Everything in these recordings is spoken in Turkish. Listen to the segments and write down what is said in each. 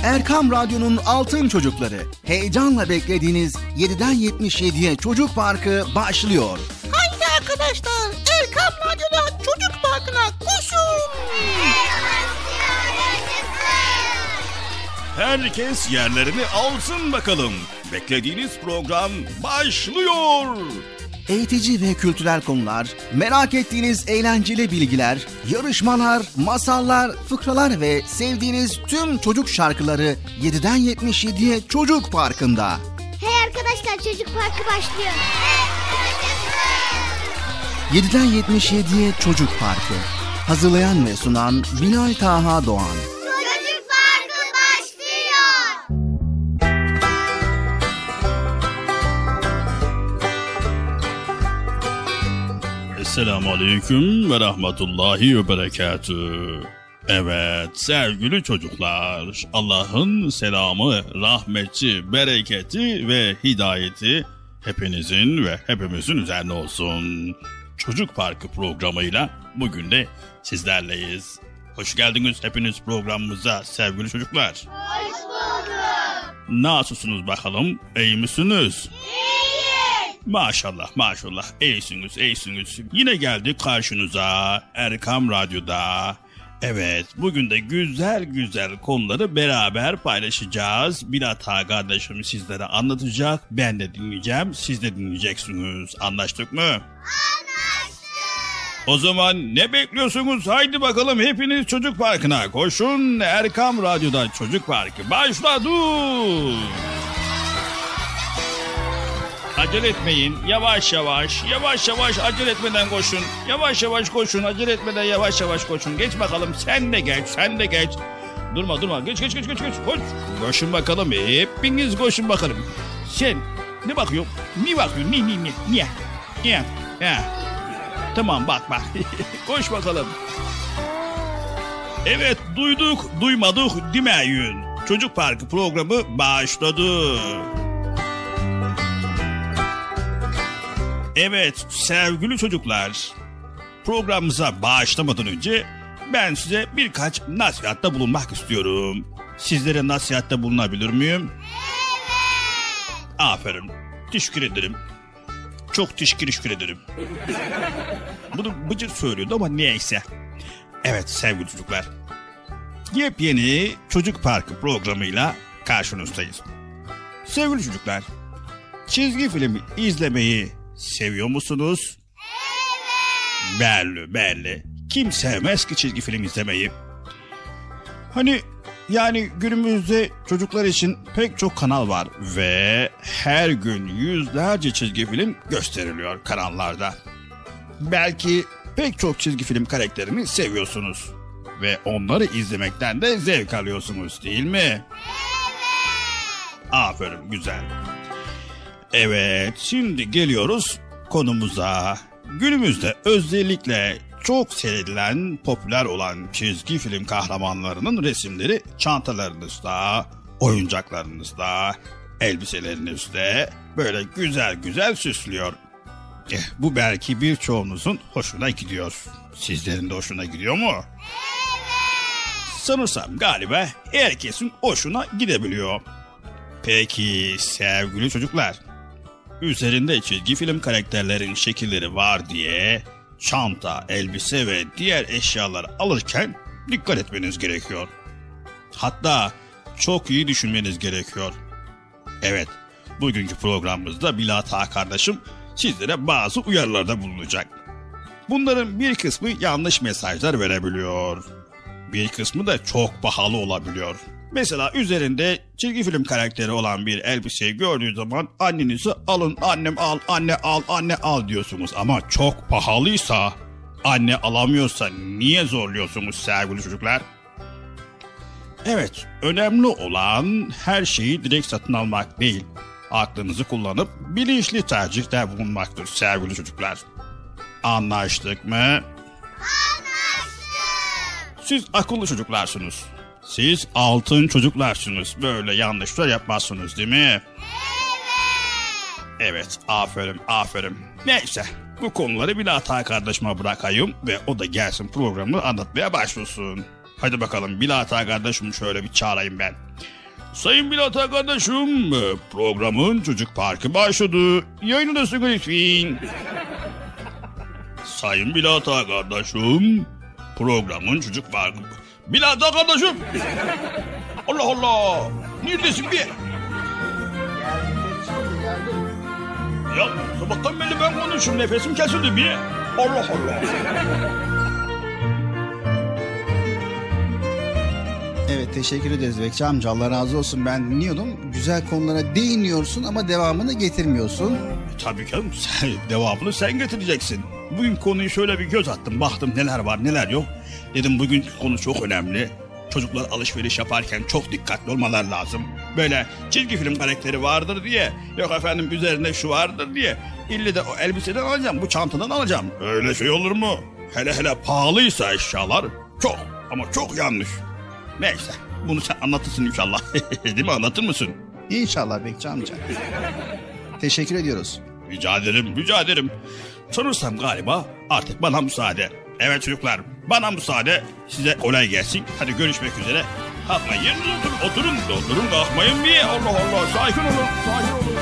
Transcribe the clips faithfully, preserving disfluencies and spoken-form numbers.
Erkam Radyo'nun Altın Çocukları. Heyecanla beklediğiniz yediden yetmiş yediye Çocuk Parkı başlıyor. Haydi arkadaşlar, Erkam Radyo'da Çocuk Parkı'na koşun. Herkes yerlerini alsın bakalım. Beklediğiniz program başlıyor. Eğitici ve kültürel konular, merak ettiğiniz eğlenceli bilgiler, yarışmalar, masallar, fıkralar ve sevdiğiniz tüm çocuk şarkıları yediden yetmiş yediye Çocuk Parkı'nda. Hey arkadaşlar, Çocuk Parkı başlıyor. yediden yetmiş yediye Çocuk Parkı. Hazırlayan ve sunan Binay Taha Doğan. Çocuk Parkı başlıyor. Esselamu Aleyküm ve Rahmetullahi ve Berekatühü. Evet sevgili çocuklar, Allah'ın selamı, rahmeti, bereketi ve hidayeti hepinizin ve hepimizin üzerine olsun. Çocuk Parkı programıyla bugün de sizlerleyiz. Hoş geldiniz hepiniz programımıza sevgili çocuklar. Hoş bulduk. Nasılsınız bakalım, iyi misiniz? İyiyiz. Maşallah maşallah, iyisiniz iyisiniz. Yine geldik karşınıza Erkam Radyo'da. Evet, bugün de güzel güzel konuları beraber paylaşacağız. Bilat Ağa kardeşim sizlere anlatacak, ben de dinleyeceğim, siz de dinleyeceksiniz. Anlaştık mı? Anlaştık. O zaman ne bekliyorsunuz? Haydi bakalım hepiniz Çocuk Parkı'na koşun. Erkam Radyo'da Çocuk Parkı başladı. Acele etmeyin, yavaş yavaş, yavaş yavaş acele etmeden koşun. Yavaş yavaş koşun, acele etmeden yavaş yavaş koşun. Geç bakalım, sen de geç, sen de geç. Durma durma, geç geç geç geç geç. Koş. Koşun bakalım, hepiniz koşun bakalım. Sen ne bakıyorsun? Ne bakıyorsun? Ni ni ni niye? Niye? Ya. Tamam bak bak. Koş bakalım. Evet, duyduk, duymadık demeyin. Çocuk Parkı programı başladı. Evet sevgili çocuklar, programımıza başlamadan önce ben size birkaç nasihatta bulunmak istiyorum. Sizlere nasihatta bulunabilir miyim? Evet. Aferin, teşekkür ederim. Çok teşekkür ederim. Bunu Bıcır söylüyordu ama neyse. Evet sevgili çocuklar, yepyeni Çocuk Parkı programıyla karşınızdayız. Sevgili çocuklar, çizgi film izlemeyi seviyor musunuz? Evet. Belli belli. Kim sevmez ki çizgi film izlemeyi? Hani yani günümüzde çocuklar için pek çok kanal var ve her gün yüzlerce çizgi film gösteriliyor kanallarda. Belki pek çok çizgi film karakterini seviyorsunuz ve onları izlemekten de zevk alıyorsunuz, değil mi? Evet. Aferin, güzel. Evet, şimdi geliyoruz konumuza. Günümüzde özellikle çok sevilen, popüler olan çizgi film kahramanlarının resimleri çantalarınızda, oyuncaklarınızda, elbiselerinizde böyle güzel güzel süslüyor. Eh, bu belki birçoğunuzun hoşuna gidiyor. Sizlerin de hoşuna gidiyor mu? Evet. Sanırsam galiba herkesin hoşuna gidebiliyor. Peki sevgili çocuklar, üzerinde çizgi film karakterlerin şekilleri var diye çanta, elbise ve diğer eşyalar alırken dikkat etmeniz gerekiyor. Hatta çok iyi düşünmeniz gerekiyor. Evet, bugünkü programımızda Bilat Ağa kardeşim sizlere bazı uyarılarda bulunacak. Bunların bir kısmı yanlış mesajlar verebiliyor. Bir kısmı da çok pahalı olabiliyor. Mesela üzerinde çizgi film karakteri olan bir elbiseyi gördüğü zaman annenizi alın annem al, anne al, anne al diyorsunuz. Ama çok pahalıysa, anne alamıyorsa niye zorluyorsunuz sevgili çocuklar? Evet, önemli olan her şeyi direkt satın almak değil. Aklınızı kullanıp bilinçli tercihte bulunmaktır sevgili çocuklar. Anlaştık mı? Anlaştık. Siz akıllı çocuklarsınız. Siz altın çocuklarsınız. Böyle yanlışlar yapmazsınız, değil mi? Evet. Evet, aferin, aferin. Neyse, bu konuları Bilat Ağa kardeşime bırakayım ve o da gelsin programı anlatmaya başlasın. Hadi bakalım Bilat Ağa kardeşimi şöyle bir çağırayım ben. Sayın Bilata kardeşim, programın Çocuk Parkı başladı. Yayınındasın lütfen. Sayın Bilata kardeşim, programın Çocuk Parkı... Bilata kardeşim! Allah Allah! Neredesin be? Ya sabahtan beri ben konuşuyorum, nefesim kesildi bir. Allah Allah! Evet, teşekkür ederiz Bekçi amca, Allah razı olsun. Ben dinliyordum, güzel konulara değiniyorsun ama devamını getirmiyorsun. Tabii canım, sen, devamını sen getireceksin. Bugün konuyu şöyle bir göz attım, baktım neler var neler yok. Dedim bugün konu çok önemli. Çocuklar alışveriş yaparken çok dikkatli olmalar lazım. Böyle çizgi film karakteri vardır diye, yok efendim üzerinde şu vardır diye, ille de o elbiseden alacağım, bu çantadan alacağım. Öyle şey olur mu? Hele hele pahalıysa eşyalar çok ama çok yanlış. Neyse, bunu sen anlatırsın inşallah. Değil mi, anlatır mısın? İnşallah Bekçi amca. Teşekkür ediyoruz. Rica ederim, rica ederim. Sanırsam galiba artık bana müsaade. Evet çocuklar, bana müsaade. Size kolay gelsin. Hadi görüşmek üzere. Kalkmayın, yerinize oturun, oturun, oturun, kalkmayın bir. Allah Allah, sakin olun, sakin olun.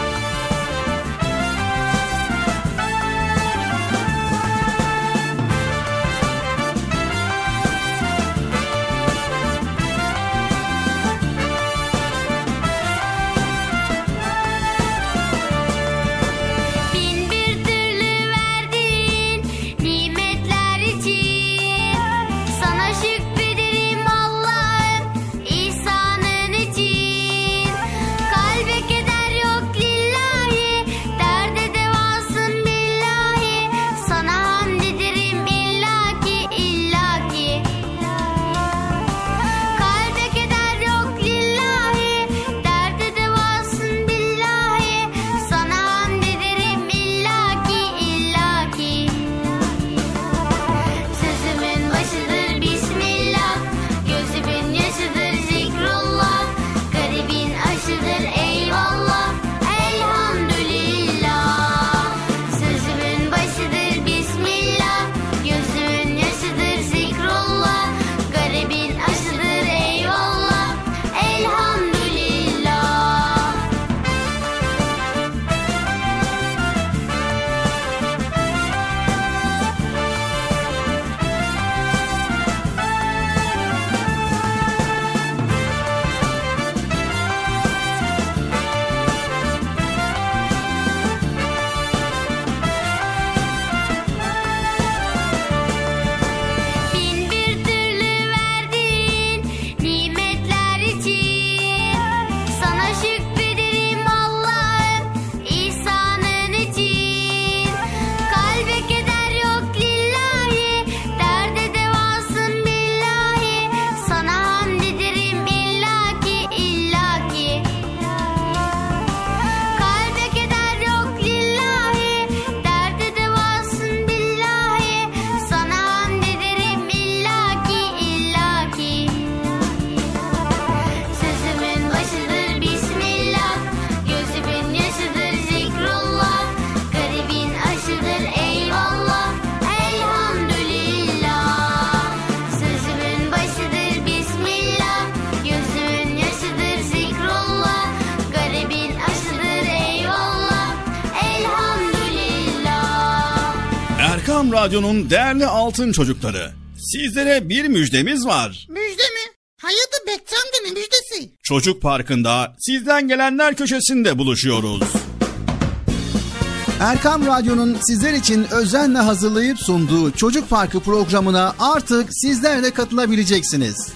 Erkam Radyo'nun değerli altın çocukları, sizlere bir müjdemiz var. Müjde mi? Hayırdır Bekçi amca, ne müjdesi? Çocuk Parkı'nda sizden gelenler köşesinde buluşuyoruz. Erkam Radyo'nun sizler için özenle hazırlayıp sunduğu Çocuk Parkı programına artık sizler de katılabileceksiniz.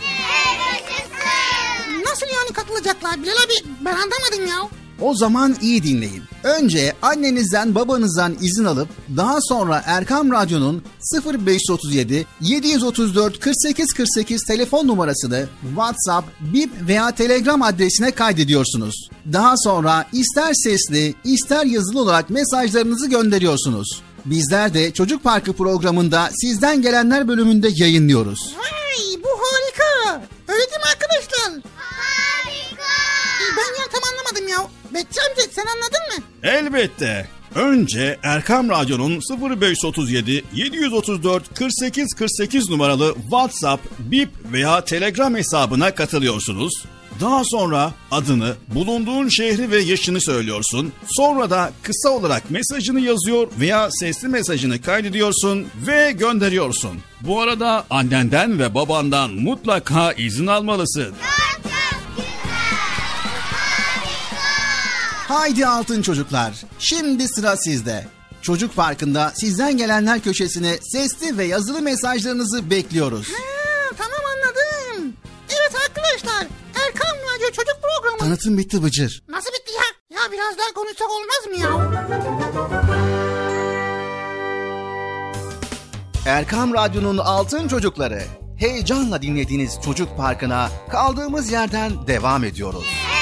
Nasıl yani katılacaklar Bilal abi? Ben anlamadım ya. O zaman iyi dinleyin. Önce annenizden babanızdan izin alıp daha sonra Erkam Radyo'nun sıfır beş otuz yedi yedi otuz dört kırk sekiz kırk sekiz telefon numarasını WhatsApp, Bip veya Telegram adresine kaydediyorsunuz. Daha sonra ister sesli ister yazılı olarak mesajlarınızı gönderiyorsunuz. Bizler de Çocuk Parkı programında sizden gelenler bölümünde yayınlıyoruz. Vay, bu harika. Öyle değil mi arkadaşlar? Harika. Ben ya tam anlamadım ya. Bekçi amca sen anladın mı? Elbette. Önce Erkam Radyo'nun sıfır beş otuz yedi yedi otuz dört kırk sekiz kırk sekiz numaralı WhatsApp, Bip veya Telegram hesabına katılıyorsunuz. Daha sonra adını, bulunduğun şehri ve yaşını söylüyorsun. Sonra da kısa olarak mesajını yazıyor veya sesli mesajını kaydediyorsun ve gönderiyorsun. Bu arada annenden ve babandan mutlaka izin almalısın. Haydi altın çocuklar, şimdi sıra sizde. Çocuk Parkı'nda sizden gelenler köşesine sesli ve yazılı mesajlarınızı bekliyoruz. Ha, tamam anladım. Evet arkadaşlar, Erkan Radyo Çocuk Programı. Tanıtım bitti Bıcır. Nasıl bitti ya? Ya biraz daha konuşsak olmaz mı ya? Erkam Radyo'nun altın çocukları. Heyecanla dinlediğiniz Çocuk Parkı'na kaldığımız yerden devam ediyoruz.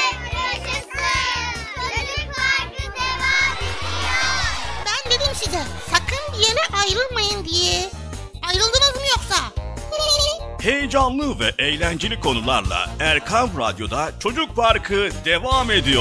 Ben dedim size, sakın bir yere ayrılmayın diye. Ayrıldınız mı yoksa? Heyecanlı ve eğlenceli konularla Erkam Radyo'da Çocuk Parkı devam ediyor.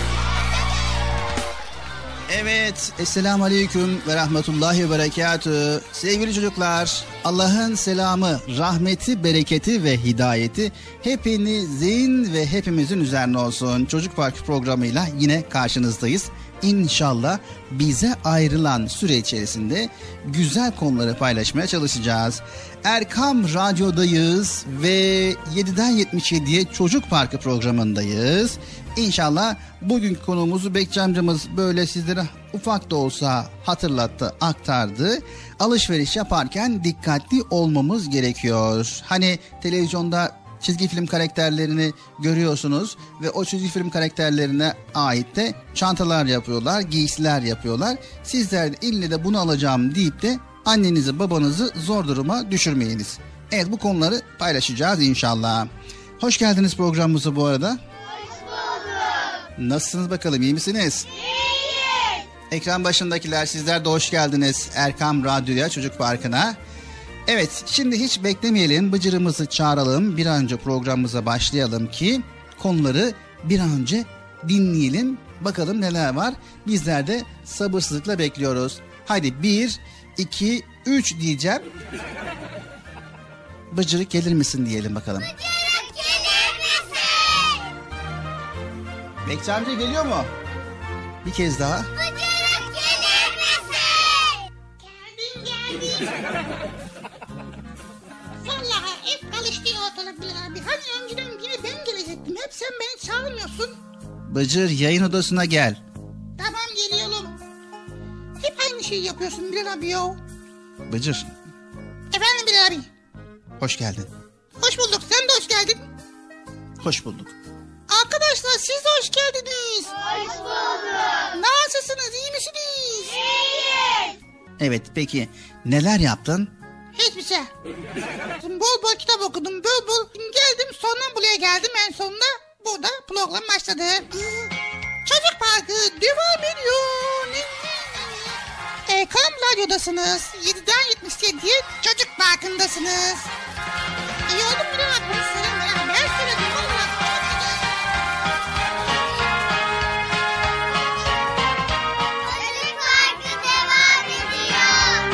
Evet, Esselamu Aleyküm ve Rahmetullahi ve Berekatühü. Sevgili çocuklar, Allah'ın selamı, rahmeti, bereketi ve hidayeti hepinizin ve hepimizin üzerine olsun. Çocuk Parkı programıyla yine karşınızdayız. İnşallah bize ayrılan süre içerisinde güzel konuları paylaşmaya çalışacağız. Erkam Radyo'dayız ve yediden yetmiş yediye Çocuk Parkı programındayız. İnşallah bugünkü konumuzu Bekçi amcamız böyle sizlere ufak da olsa hatırlattı, aktardı. Alışveriş yaparken dikkatli olmamız gerekiyor. Hani televizyonda çizgi film karakterlerini görüyorsunuz ve o çizgi film karakterlerine ait de çantalar yapıyorlar, giysiler yapıyorlar. Sizler de ille de bunu alacağım deyip de annenizi babanızı zor duruma düşürmeyiniz. Evet, bu konuları paylaşacağız inşallah. Hoş geldiniz programımıza bu arada. Hoş bulduk. Nasılsınız bakalım, iyi misiniz? İyiyiz. Ekran başındakiler, sizler de hoş geldiniz Erkam Radyo'ya, Çocuk Parkı'na. Evet, şimdi hiç beklemeyelim, Bıcır'ımızı çağıralım, bir an önce programımıza başlayalım ki konuları bir an önce dinleyelim, bakalım neler var. Bizler de sabırsızlıkla bekliyoruz. Haydi bir, iki, üç diyeceğim. Bıcırık gelir misin diyelim bakalım. Bıcırık gelir misin? Bekçi amca geliyor mu? Bir kez daha. Bıcırık gelir misin? Geldim geldim. Vallahi hep karıştı ortalık Bilal abi. Hani önceden yine ben gelecektim. Hep sen beni çağırmıyorsun. Bıcır, yayın odasına gel. Tamam geliyorum. Hep aynı şeyi yapıyorsun Bilal abi ya. Bıcır, Efendim Bilal abi. hoş geldin. Hoş bulduk. Sen de hoş geldin. Hoş bulduk. Arkadaşlar siz de hoş geldiniz. Hoş bulduk. Nasılsınız? İyi misiniz? İyiyiz. Evet, peki neler yaptın? Hiçbir şey. Bol bol kitap okudum. Bol bol geldim. Sonra buraya geldim. En sonunda burada program başladı. Çocuk Parkı devam ediyor. Erkam Radyo'dasınız. yediden yetmiş yediye Çocuk Parkı'ndasınız. İyi oldu mu Bilal abi? Bunu söylemeye haber söyledim. Vallahi çok güzel. Çocuk Parkı devam ediyor.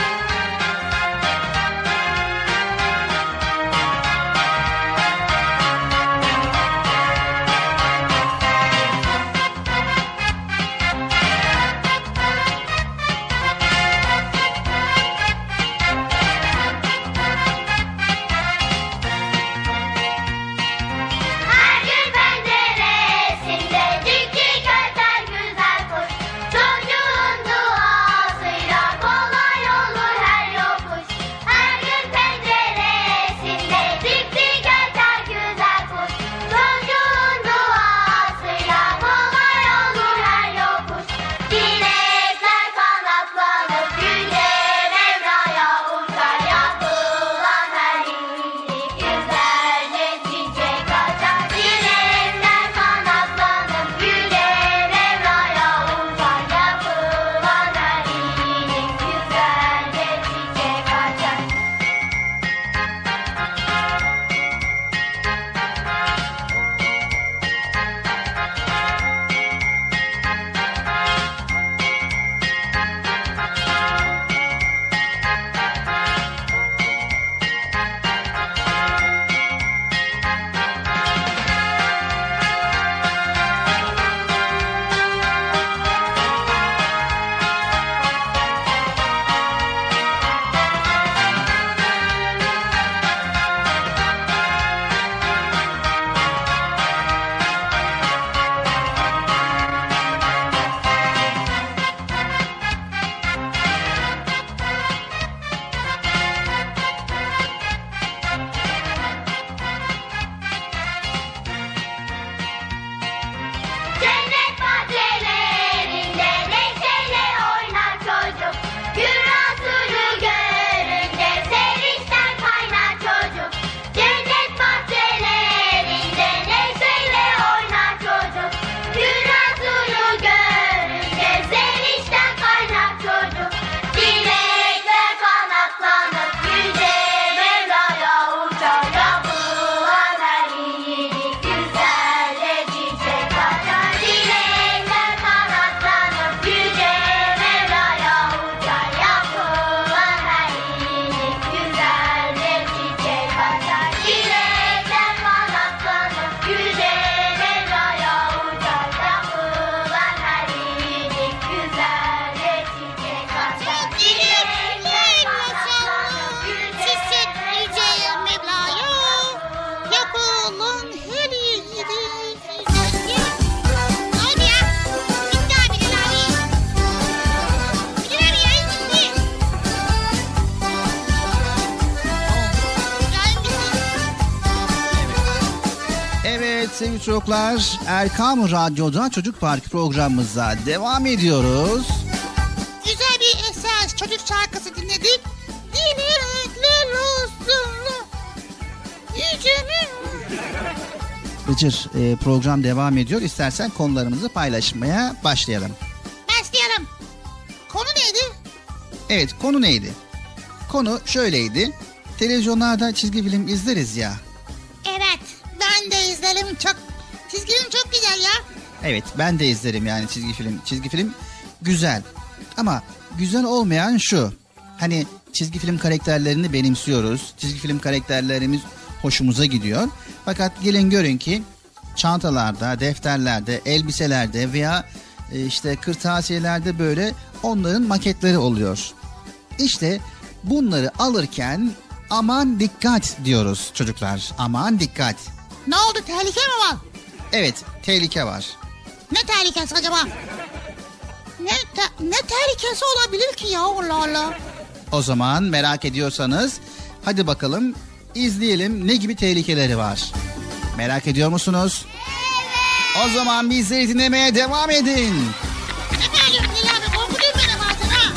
sevgili çocuklar, Erkam Radyo'da Çocuk Park programımıza devam ediyoruz. Güzel bir eser çocuk şarkısı dinledik. Dilekler olsun yücemin. Bıcır, e, program devam ediyor. İstersen konularımızı paylaşmaya başlayalım. Başlayalım. Konu neydi? Evet, konu neydi? Konu şöyleydi. Televizyonlarda çizgi film izleriz ya. Evet, ben de izlerim çok. Çizgi film çok güzel ya. Evet, ben de izlerim yani çizgi film. Çizgi film güzel. Ama güzel olmayan şu. Hani çizgi film karakterlerini benimsiyoruz. Çizgi film karakterlerimiz hoşumuza gidiyor. Fakat gelin görün ki çantalarda, defterlerde, elbiselerde veya işte kırtasiyelerde böyle onların maketleri oluyor. İşte bunları alırken aman dikkat diyoruz çocuklar. Aman dikkat. Ne oldu, tehlike mi var? Evet, tehlike var. Ne tehlikesi acaba? Ne, te- ne tehlikesi olabilir ki ya, Allah Allah. O zaman merak ediyorsanız hadi bakalım izleyelim ne gibi tehlikeleri var. Merak ediyor musunuz? Evet. O zaman bizleri dinlemeye devam edin. Ne bağırıyorsun Leyla abi, korkutuyor beni bazen ha.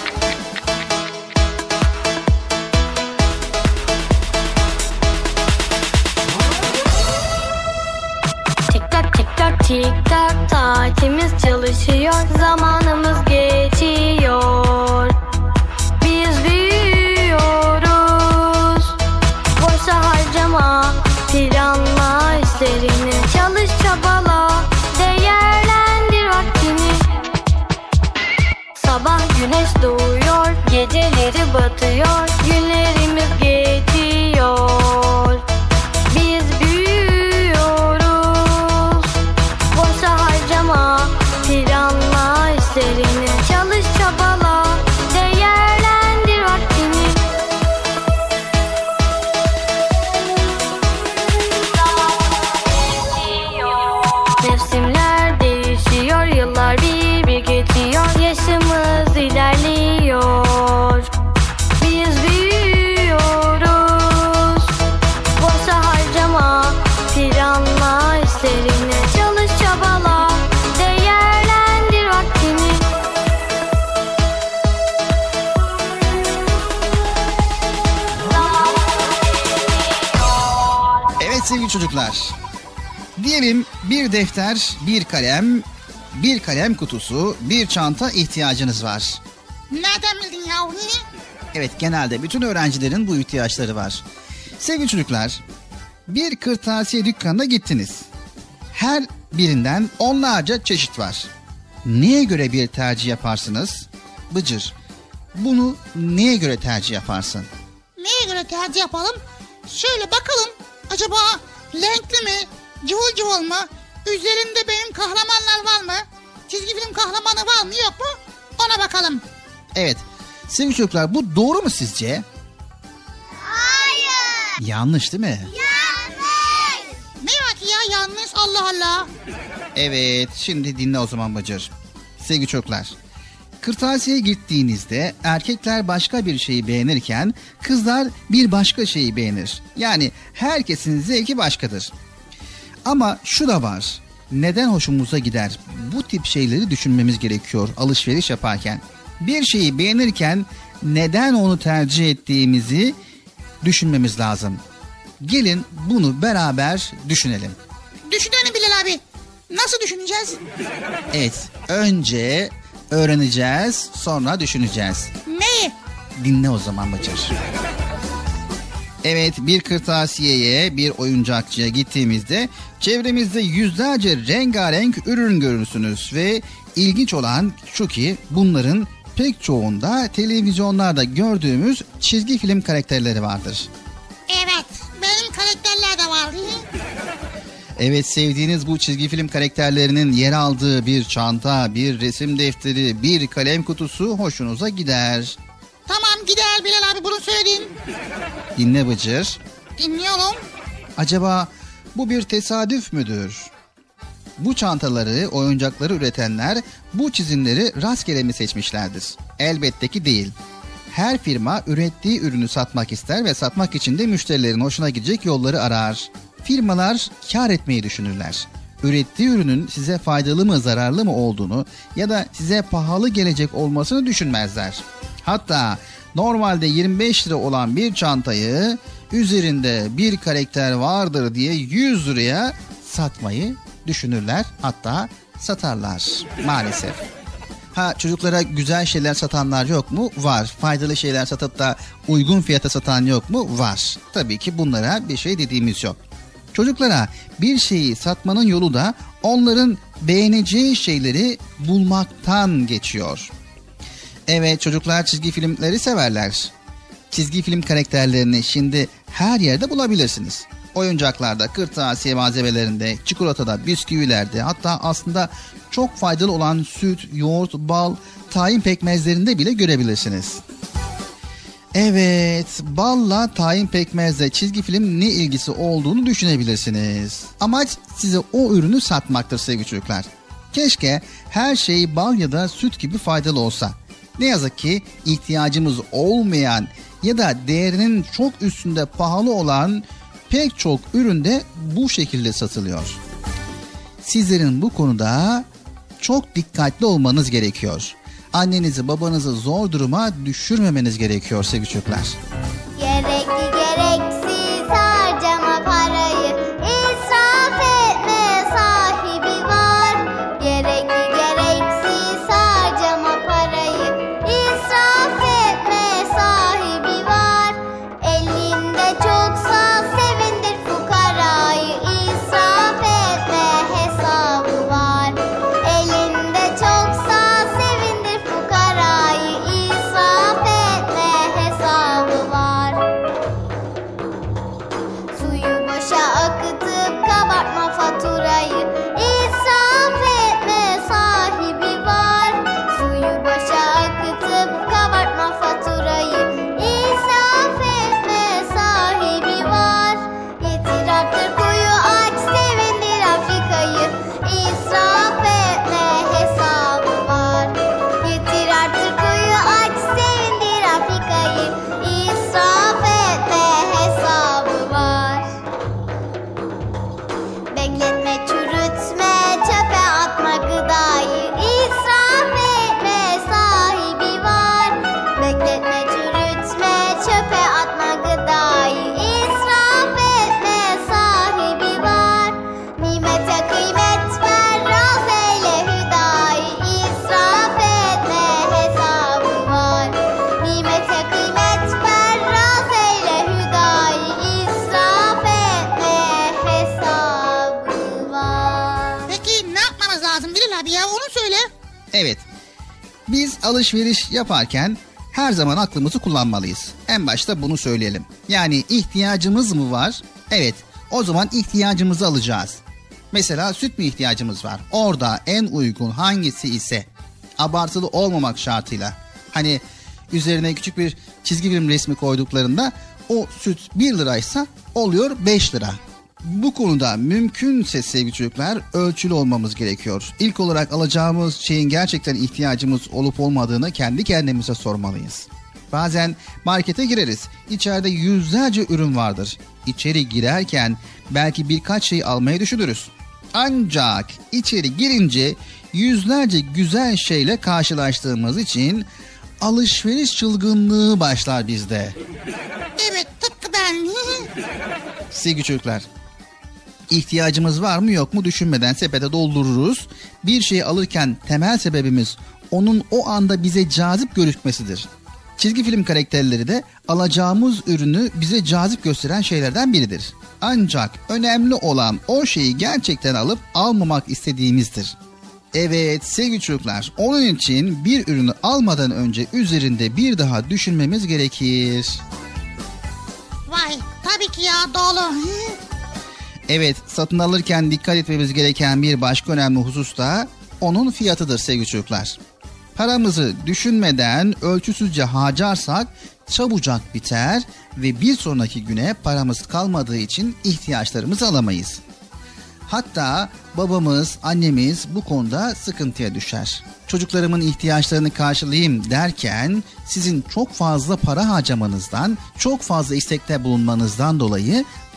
Tik tak tik tak tik tak, saatimiz çalışıyor, zamanımız geçiyor. Biz büyüyoruz. Boşa harcama, planla işlerini, çalış çabala, değerlendir vaktini. Sabah güneş doğuyor, geceleri batıyor, günlerimiz geçiyor. Biz büyüyoruz. Boşa harcama, planla işlerini, çalış çabala, değerlendir vaktini. Mevsimler değişiyor, yıllar bir bir geçiyor, yaşımız ilerliyor. Biz büyüyoruz. Boşa harcama, planla işlerini, çalış çabala, değerlendir vaktini. Evet sevgili çocuklar. Diyelim bir defter, bir kalem, bir kalem kutusu, bir çanta ihtiyacınız var. Nereden bildin ya? Evet, genelde bütün öğrencilerin bu ihtiyaçları var. Sevgili çocuklar, bir kırtasiye dükkanına gittiniz. Her birinden onlarca çeşit var. Neye göre bir tercih yaparsınız? Bıcır, bunu neye göre tercih yaparsın? Neye göre tercih yapalım? Şöyle bakalım. Acaba renkli mi? Cıvıl cıvıl mı? Üzerinde benim kahramanlar var mı? Çizgi film kahramanı var mı yok mu? Ona bakalım. Evet, sevgili çocuklar, bu doğru mu sizce? Hayır. Yanlış değil mi? Yanlış. Ne var ki ya, yanlış, Allah Allah. Evet, şimdi dinle o zaman Bıcır. Sevgili çocuklar, kırtasiyeye gittiğinizde erkekler başka bir şeyi beğenirken kızlar bir başka şeyi beğenir. Yani herkesin zevki başkadır. Ama şu da var. Neden hoşumuza gider? Bu tip şeyleri düşünmemiz gerekiyor alışveriş yaparken. Bir şeyi beğenirken neden onu tercih ettiğimizi düşünmemiz lazım. Gelin bunu beraber düşünelim. Düşünelim Bilal abi. Nasıl düşüneceğiz? Evet, önce öğreneceğiz, sonra düşüneceğiz. Neyi? Dinle o zaman Bıcır. Evet, bir kırtasiyeye, bir oyuncakçıya gittiğimizde çevremizde yüzlerce rengarenk ürün görürsünüz ve ilginç olan şu ki bunların pek çoğunda televizyonlarda gördüğümüz çizgi film karakterleri vardır. Evet, benim karakterler de var. Evet, sevdiğiniz bu çizgi film karakterlerinin yer aldığı bir çanta, bir resim defteri, bir kalem kutusu hoşunuza gider. Tamam, gider Bilal abi, bunu söyledin. Dinle Bıcır. Dinliyorum. Acaba bu bir tesadüf müdür? Bu çantaları, oyuncakları üretenler bu çizimleri rastgele mi seçmişlerdir? Elbette ki değil. Her firma ürettiği ürünü satmak ister ve satmak için de müşterilerin hoşuna gidecek yolları arar. firmalar kar etmeyi düşünürler. Ürettiği ürünün size faydalı mı zararlı mı olduğunu ya da size pahalı gelecek olmasını düşünmezler. Hatta normalde yirmi beş lira olan bir çantayı üzerinde bir karakter vardır diye yüz liraya satmayı düşünürler. Hatta satarlar maalesef. Ha, çocuklara güzel şeyler satanlar yok mu? Var. Faydalı şeyler satıp da uygun fiyata satan yok mu? Var. Tabii ki bunlara bir şey dediğimiz yok. Çocuklara bir şeyi satmanın yolu da onların beğeneceği şeyleri bulmaktan geçiyor. Evet, çocuklar çizgi filmleri severler. Çizgi film karakterlerini şimdi her yerde bulabilirsiniz. Oyuncaklarda, kırtasiye malzemelerinde, çikolatada, bisküvilerde, hatta aslında çok faydalı olan süt, yoğurt, bal, tahin pekmezlerinde bile görebilirsiniz. Evet, balla tahin pekmezle çizgi film ne ilgisi olduğunu düşünebilirsiniz. Amaç size o ürünü satmaktır sevgili çocuklar. Keşke her şey bal ya da süt gibi faydalı olsa. Ne yazık ki ihtiyacımız olmayan ya da değerinin çok üstünde pahalı olan pek çok üründe bu şekilde satılıyor. Sizlerin bu konuda çok dikkatli olmanız gerekiyor. Annenizi babanızı zor duruma düşürmemeniz gerekiyor sevgili çocuklar. Gerekli gereksiz harcama parayı, israf etme sahibi var. Gerekli gereksiz harcama parayı, israf etme sahibi var. Elinde çoksa sevindir fukarayı, israf etme hesabı var. Elinde çoksa sevindir fukarayı, israf etme hesabı var. Suyu boşa akıtıp kabartma faturayı, israf etme sahibi var. Suyu boşa akıtıp kabartma faturayı, israf etme sahibi var. Getir arttır kuyu aç sevindir Afrika'yı, israf etme hesabı var. Getir arttır kuyu aç sevindir Afrika'yı, israf etme hesabı var. Bekletme çürütme çöpe atma gıdayı, israf etme sahibi var. Bekletme çürütme çöpe atma gıdayı, israf etme sahibi var. Nimete kıymet ver raz eyle hüdayı, israf etme hesabı var. Nimete kıymet ver raz eyle hüdayı, israf etme hesabı var. Peki ne yapmamız lazım Bilal abi ya, onu söyle. Evet, biz alışveriş yaparken her zaman aklımızı kullanmalıyız. En başta bunu söyleyelim. Yani ihtiyacımız mı var? Evet, o zaman ihtiyacımızı alacağız. Mesela süt mü ihtiyacımız var? Orada en uygun hangisi ise, abartılı olmamak şartıyla. Hani üzerine küçük bir çizgi film resmi koyduklarında o süt bir liraysa oluyor beş lira. Bu konuda mümkünse sevgili çocuklar ölçülü olmamız gerekiyor. İlk olarak alacağımız şeyin gerçekten ihtiyacımız olup olmadığını kendi kendimize sormalıyız. Bazen markete gireriz. İçeride yüzlerce ürün vardır. İçeri girerken belki birkaç şey almayı düşünürüz. Ancak içeri girince yüzlerce güzel şeyle karşılaştığımız için alışveriş çılgınlığı başlar bizde. Evet, tıpkı ben. Sevgili çocuklar, ihtiyacımız var mı yok mu düşünmeden sepete doldururuz. Bir şeyi alırken temel sebebimiz onun o anda bize cazip gözükmesidir. Çizgi film karakterleri de alacağımız ürünü bize cazip gösteren şeylerden biridir. Ancak önemli olan o şeyi gerçekten alıp almamak istediğimizdir. Evet sevgili çocuklar, onun için bir ürünü almadan önce üzerinde bir daha düşünmemiz gerekir. Vay, tabii ki ya, doğru. Evet, satın alırken dikkat etmemiz gereken bir başka önemli husus da onun fiyatıdır sevgili çocuklar. Paramızı düşünmeden ölçüsüzce harcarsak çabucak biter ve bir sonraki güne paramız kalmadığı için ihtiyaçlarımızı alamayız. Hatta babamız, annemiz bu konuda sıkıntıya düşer. Çocuklarımın ihtiyaçlarını karşılayayım derken sizin çok fazla para harcamanızdan, çok fazla istekte bulunmanızdan dolayı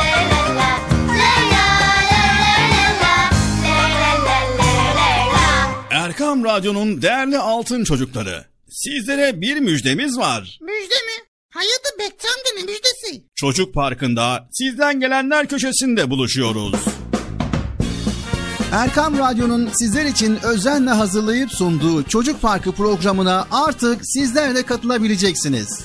Erkam Radyo'nun değerli altın çocukları, sizlere bir müjdemiz var. Müjde mi? Hayırdır Bekçi amca, ne müjdesi? Çocuk Parkı'nda sizden gelenler köşesinde buluşuyoruz. Erkam Radyo'nun sizler için özenle hazırlayıp sunduğu Çocuk Parkı programına artık sizler de katılabileceksiniz.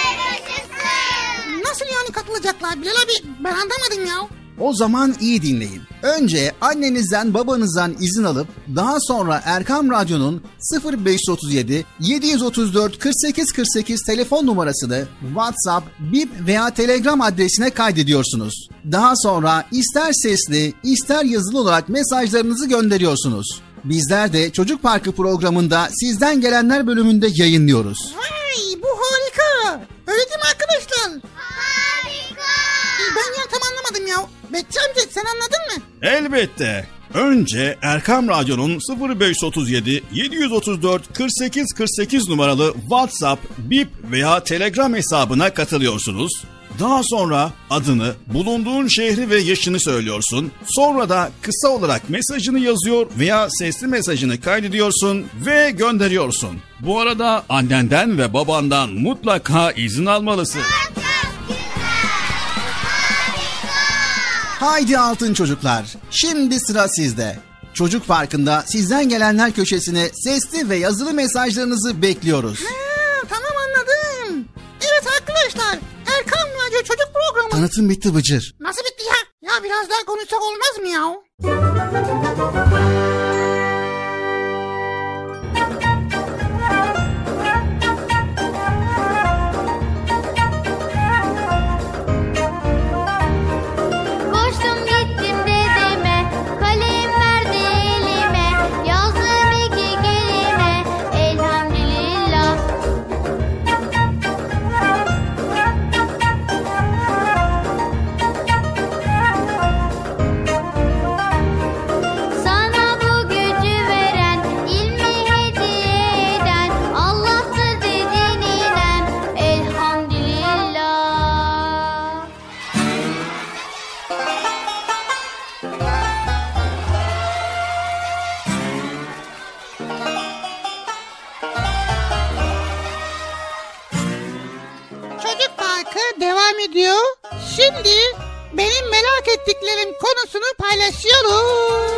Nasıl yani katılacaklar Bilal abi? Ben anlamadım ya. O zaman iyi dinleyin. Önce annenizden babanızdan izin alıp daha sonra Erkam Radyo'nun sıfır beş otuz yedi yedi otuz dört kırk sekiz kırk sekiz telefon numarasını WhatsApp, Bip veya Telegram adresine kaydediyorsunuz. Daha sonra ister sesli ister yazılı olarak mesajlarınızı gönderiyorsunuz. Bizler de Çocuk Parkı programında sizden gelenler bölümünde yayınlıyoruz. Vay, bu harika. Öyle değil mi arkadaşlar? Harika. Ben ya tam anlamadım ya. Bekçi amca sen anladın mı? Elbette. Önce Erkam Radyo'nun sıfır beş otuz yedi yedi otuz dört kırk sekiz kırk sekiz numaralı WhatsApp, Bip veya Telegram hesabına katılıyorsunuz. Daha sonra adını, bulunduğun şehri ve yaşını söylüyorsun. Sonra da kısa olarak mesajını yazıyor veya sesli mesajını kaydediyorsun ve gönderiyorsun. Bu arada annenden ve babandan mutlaka izin almalısın. Haydi altın çocuklar, şimdi sıra sizde. Çocuk Parkı'nda sizden gelenler köşesine sesli ve yazılı mesajlarınızı bekliyoruz. Ha, tamam anladım. Evet arkadaşlar, Erkam Radyo Çocuk Programı. Tanıtım bitti Bıcır. Nasıl bitti ya? Ya biraz daha konuşsak olmaz mı ya? Koştum gittim dedeme, kalem verdi elime, yazdım iki kelime, elhamdülillah. Sana bu gücü veren, ilmi hediye eden, Allah'tır dedin inen, elhamdülillah. Çocuk Parkı devam ediyor. Şimdi benim merak ettiklerim konusunu paylaşıyoruz.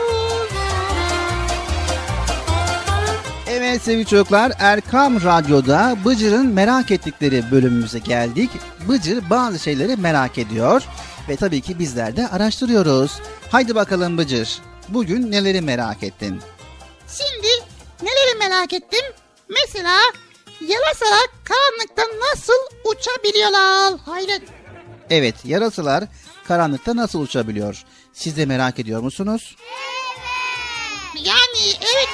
Evet sevgili çocuklar, Erkam Radyo'da Bıcır'ın merak ettikleri bölümümüze geldik. Bıcır bazı şeyleri merak ediyor ve tabii ki bizler de araştırıyoruz. Haydi bakalım Bıcır, bugün neleri merak ettin? Şimdi neleri merak ettim? Mesela yarasalar karanlıkta nasıl uçabiliyorlar? Hayret. Evet, yarasalar karanlıkta nasıl uçabiliyor? Siz de merak ediyor musunuz? Yani evet.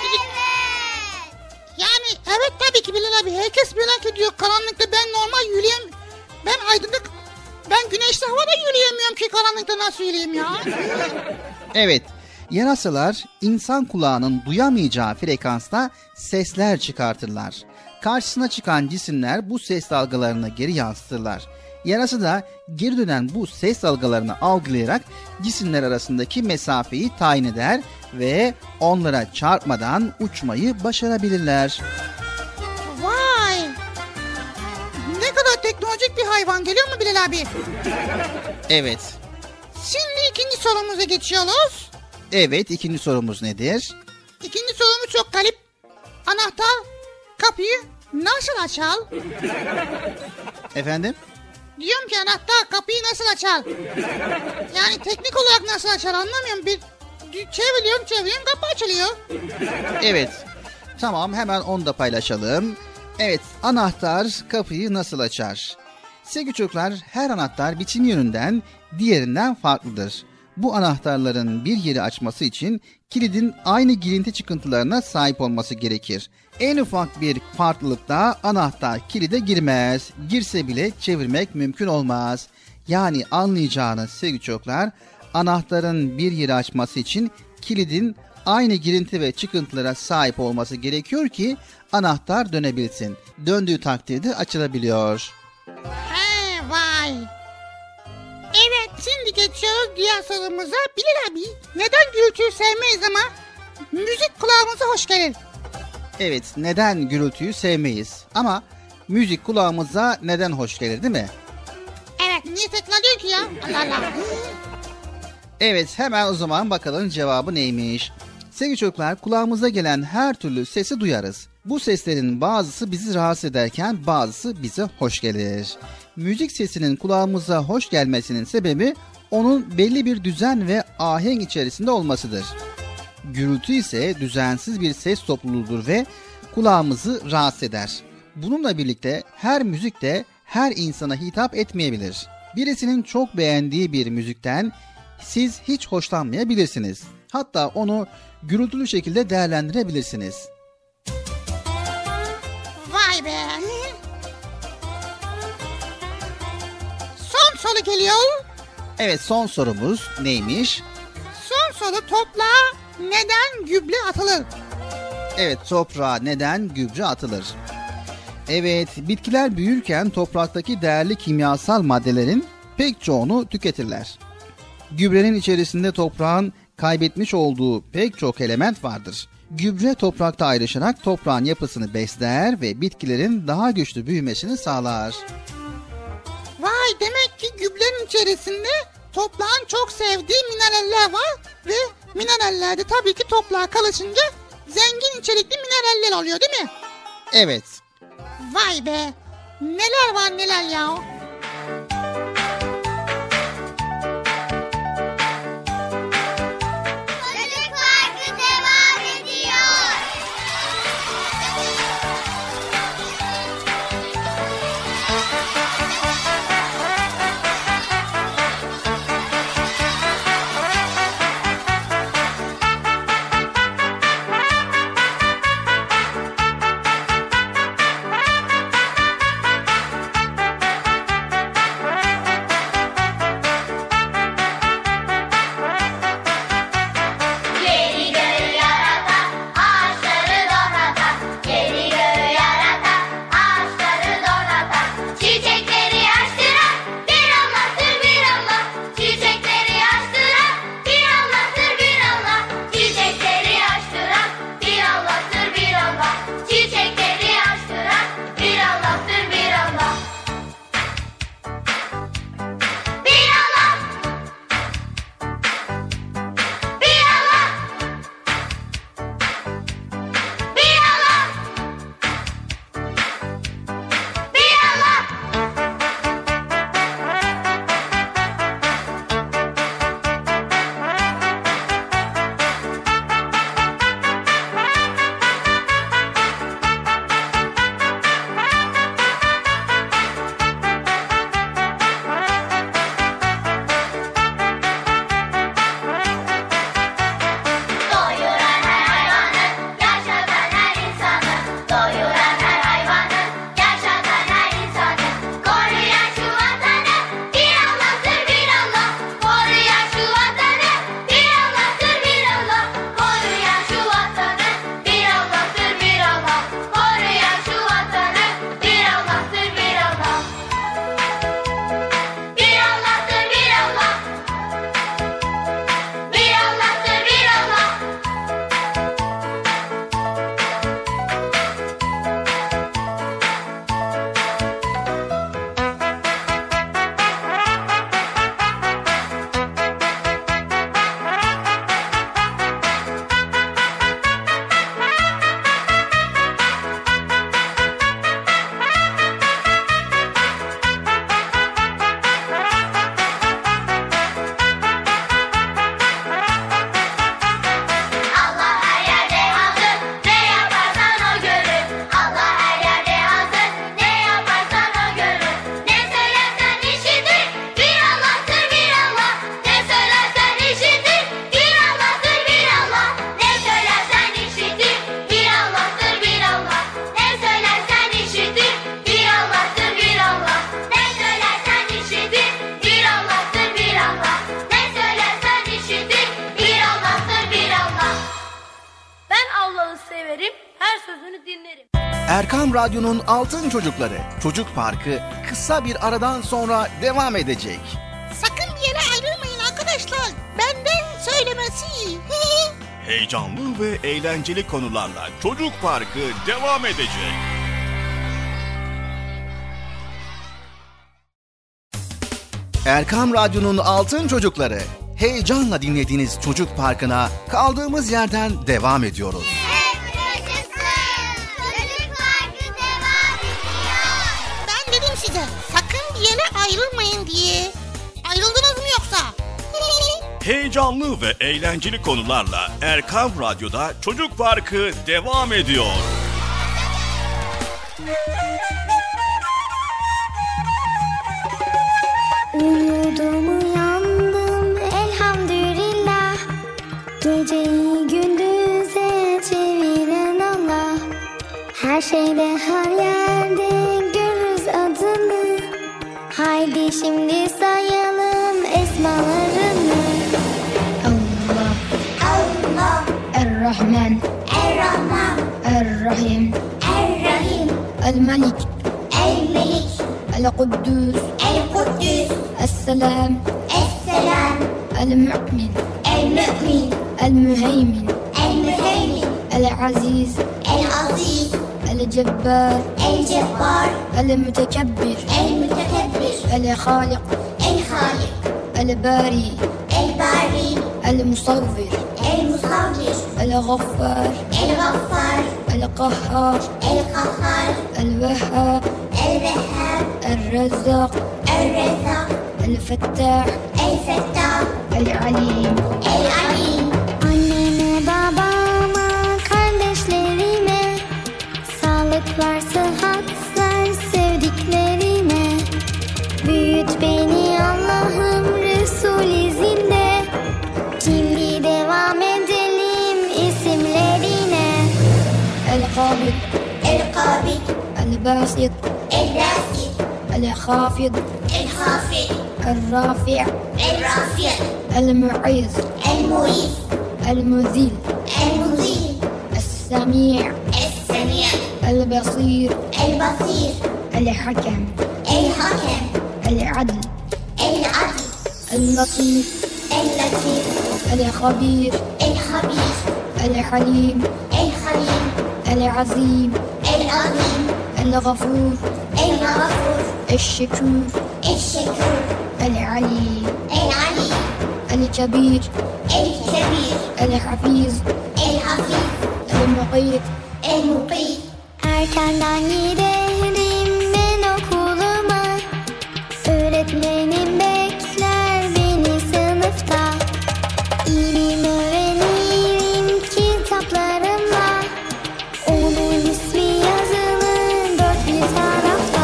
Yani evet tabii ki Bilal abi. Herkes merak ediyor. Karanlıkta ben normal yürüyem. Ben aydınlık. Ben güneşli havada yürüyemiyorum ki karanlıkta nasıl yürüyeyim ya? Evet, yarasalar insan kulağının duyamayacağı frekansta sesler çıkartırlar. Karşısına çıkan cisimler bu ses dalgalarını geri yansıtırlar. Yarasa da geri dönen bu ses dalgalarını algılayarak cisimler arasındaki mesafeyi tayin eder ve onlara çarpmadan uçmayı başarabilirler. Vay. Ne kadar teknolojik bir hayvan, geliyor mu Bilal abi? Evet. Şimdi ikinci sorumuza geçiyoruz. Evet, ikinci sorumuz nedir? İkinci sorumuz çok garip. Anahtar kapıyı nasıl açar? Efendim? Diyorum ki anahtar kapıyı nasıl açar? Yani teknik olarak nasıl açar anlamıyorum. Bir çeviriyorum çeviriyorum kapı açılıyor. Evet. Tamam, hemen onu da paylaşalım. Evet, anahtar kapıyı nasıl açar? Sevgili çocuklar, her anahtar biçim yönünden diğerinden farklıdır. Bu anahtarların bir yeri açması için kilidin aynı girinti çıkıntılarına sahip olması gerekir. En ufak bir farklılıkta anahtar kilide girmez. Girse bile çevirmek mümkün olmaz. Yani anlayacağınız sevgili çocuklar, anahtarın bir yeri açması için kilidin aynı girinti ve çıkıntılara sahip olması gerekiyor ki anahtar dönebilsin. Döndüğü takdirde açılabiliyor. He vay. Evet, şimdi geçiyoruz diğer sorumuza. Bilal abi, neden gürültüyü sevmeyiz ama müzik kulağımıza hoş gelir? Evet, neden gürültüyü sevmeyiz ama müzik kulağımıza neden hoş gelir, değil mi? Evet, niye tekrarlıyor ki ya? Allah Allah. Evet, hemen o zaman bakalım cevabı neymiş. Sevgili çocuklar, kulağımıza gelen her türlü sesi duyarız. Bu seslerin bazısı bizi rahatsız ederken bazısı bize hoş gelir. Müzik sesinin kulağımıza hoş gelmesinin sebebi onun belli bir düzen ve ahenk içerisinde olmasıdır. Gürültü ise düzensiz bir ses topluluğudur ve kulağımızı rahatsız eder. Bununla birlikte her müzik de her insana hitap etmeyebilir. Birisinin çok beğendiği bir müzikten siz hiç hoşlanmayabilirsiniz. Hatta onu gürültülü şekilde değerlendirebilirsiniz. Vay be. Son soru geliyor. Evet, son sorumuz neymiş? Son soru, toprağa neden gübre atılır? Evet, toprağa neden gübre atılır? Evet, bitkiler büyürken topraktaki değerli kimyasal maddelerin pek çoğunu tüketirler. Gübrenin içerisinde toprağın kaybetmiş olduğu pek çok element vardır. Gübre toprakta ayrışarak toprağın yapısını besler ve bitkilerin daha güçlü büyümesini sağlar. Vay, demek ki gübrenin içerisinde toprağın çok sevdiği mineraller var ve mineraller de tabii ki toprağa karışınca zengin içerikli mineraller oluyor, değil mi? Evet. Vay be, neler var neler ya. Çocuk Parkı devam ediyor. Yeri göğü yaratan, ağaçları donatan, yeri göğü yaratan, ağaçları donatan, çiçekleri açtıran bir Allah'tır bir Allah, çiçekleri açtıran bir Allah'tır bir Allah, çiçekleri açtıran bir Allah'tır bir Allah, çiçekleri açtıran bir Allah'tır bir Allah. Bir Allah, bir Allah, bir Allah, bir Allah. Doyuran her hayvanı, yaşatan her insanı, doyuran her hayvanı, yaşatan her insanı, koruyan şu vatanı, bir Allah'tır bir Allah, koruyan şu vatanı, bir Allah'tır bir Allah, koruyan şu vatanı, bir Allah'tır bir Allah, koruyan şu vatanı, bir Allah'tır bir Allah, bir Allah'tır bir Allah, bir Allah'tır bir Allah. Allah her yerde hazır, ne yaparsan o görür. Allah her yerde hazır, ne yaparsan o görür. Ne söylersen işitir, bir Allah'tır bir Allah. Ne söylersen işitir, bir Allah'tır bir Allah. Ne söylersen işitir, bir Allah'tır bir Allah. Ne söylersen işitir, bir Allah'tır bir Allah. Ne söylersen işitir, bir Allah'tır bir Allah. Ne söylersen işitir, bir Allah'tır bir Allah. Ben Allah'ı severim, her sözünü dinlerim. Erkam Radyo'nun Altın Çocukları Çocuk Parkı kısa bir aradan sonra devam edecek. Sakın bir yere ayrılmayın arkadaşlar. Benden söylemesi. Heyecanlı ve eğlenceli konularla Çocuk Parkı devam edecek. Erkam Radyo'nun Altın Çocukları heyecanla dinlediğiniz Çocuk Parkı'na kaldığımız yerden devam ediyoruz. Çocuk Parkı devam ediyor. Ben dedim size sakın bir yere ayrılmayın diye. Ayrıldınız mı yoksa? Heyecanlı ve eğlenceli konularla Erkam Radyo'da Çocuk Parkı devam ediyor. Uyudum uyandım elhamdülillah. Geceyi gündüze çeviren Allah. Her şeyde her yerde görürüz adını. Haydi şimdi sayalım esmalarını. Allah, Allah, Er-Rahman, Er-Rahman, Er-Rahim, Er-Rahim, El-Malik, El-Melik, El-Kuddus, El-Kuddüs, El-Selam, Es-Selam, El-Mu'min, El-Mü'min, El-Müheymin, El-Müheymin, El-Aziz, El-Aziz, El-Cebbar, El-Cebbar, El-Mütekebbir, El-Mütekebbir, El-Khaliq, El-Halik, El-Bari, El-Bari, El-Musawwir, El-Musawwir, El-Ghaffar, El-Ghaffar, El-Qahhar, El-Qahhar, El-Wahhab, El-Wehhab, El-Razzaq, El-Rezzaq, El-Fettah, El-Fettah, El-Alim. El-Alim. Anneme, babama, kardeşlerime, sağlıklar, sıhhatler, sevdiklerime. Büyüt beni Allah'ım Resul izinde. Şimdi devam edelim isimlerine. El-Kabid, El-Kabid, El-Basit, El-Basit, El-Khafid, El-Khafid, El-Rafi', El-Rafi', El-Mu'iz, El-Mu'iz, El-Muzil, El-Muzil, El-Sami', El-Sami', El-Basir, El-Basir, El-Hakam, El-Hakem, El-Adl, El-Adl, El-Latif, El-Latif, El-Khabir, El-Khabir, El-Halim, El-Halim, El-Azim, El-Azim, El-Ghafur, El-Ghafur, El-Shakur, El-Şekur, El-Ali, El-Ali, El-Kabir, El-Kebir, El-Hafiz, El-Hafiz, El-Muqit. El-Muqit. Erkenden giderim ben okuluma. Öğretmenim bekler beni sınıfta. İlim öğrenirim kitaplarımla. Onun ismi yazılı dört bir tarafta.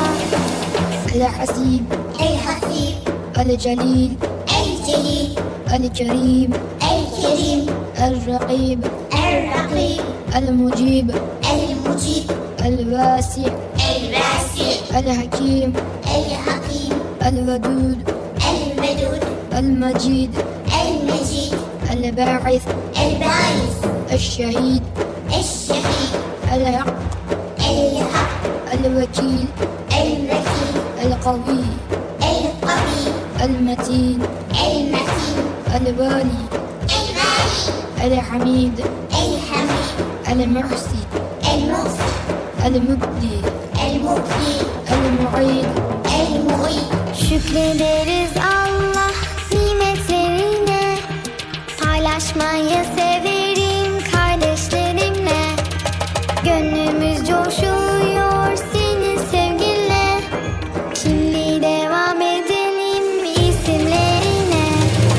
El-Hasib, El-Hasib, El-Celil, El-Celil, El-Kerim, El-Kerim, El-Raqib, El-Rakib, El-Mujib, El-Mucib, El-Wasi', El-Vasi', El-Hakim, El-Hakim, El-Wadud, El-Vedud, El-Majid, El-Mecid, El-Ba'ith, El-Ba'is, El-Shahid, El-Şehid, El-Haq, El-Hak, El-Wakil, El-Vekil, El-Qawi, El-Qawi, El-Matin, El-Metin, El-Wali, El-Vali, El-Hamid, El-Hamid, El-Muhsi, El-Muhsi, El-Mubdi, El-Mubdi, El-Mu'id. El-Mu'id. Şükrederiz Allah nimetlerine. Paylaşmayı severim kardeşlerimle. Gönlümüz coşuyor senin sevginle. Şimdi devam edelim isimlerine.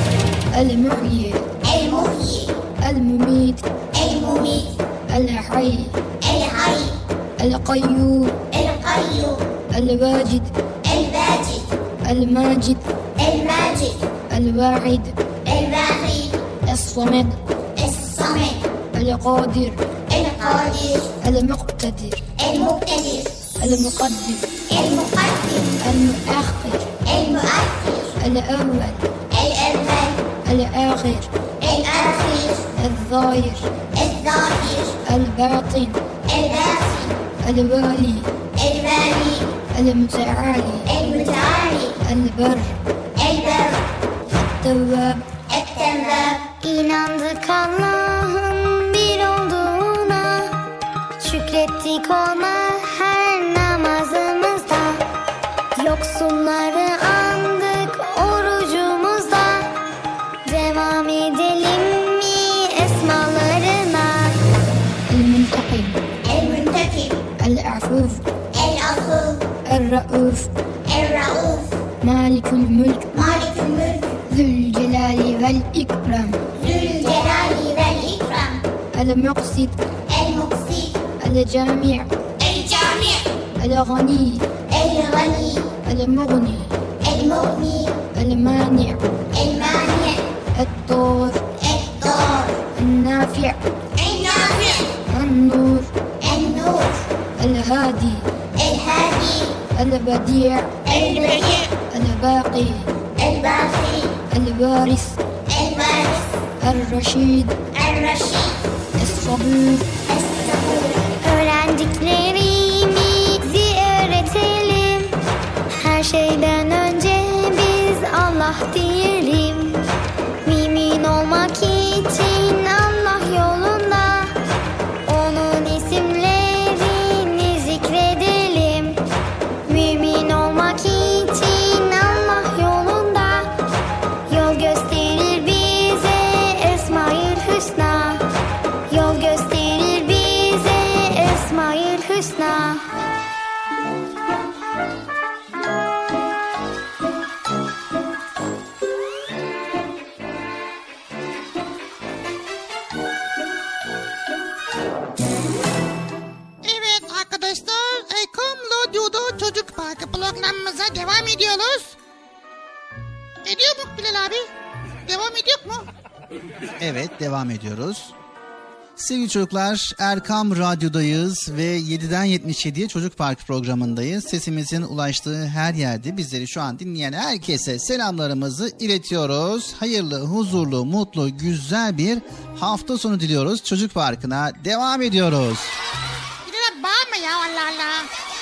El-Muhyi, El-Muhyi, El-Mumit, El-Mumit, El-Hayy, El-Hayy, El-Qayyum, El-Qayyum, El-Wajid, El-Vacid, El-Majid, El-Macid, El-Wahid, El-Vahid, El-Samed, El-Samed, El-Qadir, El-Qadir, El-Muqtadir, El-Muqtadir, El-Muqaddim, El-Muqaddim, المؤخر El-Muakhir, الأول El-Evvel, الآخر El-Akhir, الظاهر El-Zahir, الباطن El-Batin, الوالي El-Vali, المتعالي El-Muta'ali, البر El-Ber, التواب El-Tevvab. İnandık Allah'ın bir olduğuna, şükrettik ona her namazımızda. Yoksulları andık orucumuzda, devam Er-Rauf, Er-Rauf, Malikul Mülk, Malikul Mülk, Zülcelali vel İkram, Zülcelali vel İkram, El-Muqsit, El-Muqsit, El-Cami', El-Cami', El-Ghani, El-Ghani, El-Mughni, El-Mughni, El-Mani', El-Mani', El-Dur, El-Dur, El-Nafi', El-Nafi', El-Nur, El-Nur, El-Hadi, El-Hadi, El-Badi', El-Badi', El-Baqi, El-Baqi, El-Baris, El-Baris, El-Rashid, El-Rashid, Es-Sabur. Es-Sabur. Öğrendiklerimizi öğretelim. Her şeyden önce biz Allah diyelim. Mümin olmak için Allah yolunda onun isimlerini zikredelim. Mümin olmak için Allah yolunda yol gösterir bize Esma-ül Hüsna. Yol gösterir bize Esma-ül Hüsna. Evet arkadaşlar, Erkam Radyo'da Çocuk Parkı programımıza devam ediyoruz. Ediyor mu Bilal abi? Devam ediyor mu? Evet, devam ediyoruz. Sevgili çocuklar, Erkam Radyo'dayız ve yediden yetmiş yediye Çocuk Parkı programındayız. Sesimizin ulaştığı her yerde bizleri şu an dinleyen herkese selamlarımızı iletiyoruz. Hayırlı, huzurlu, mutlu, güzel bir hafta sonu diliyoruz. Çocuk Parkı'na devam ediyoruz. Bilal abi bağırma ya, Allah Allah.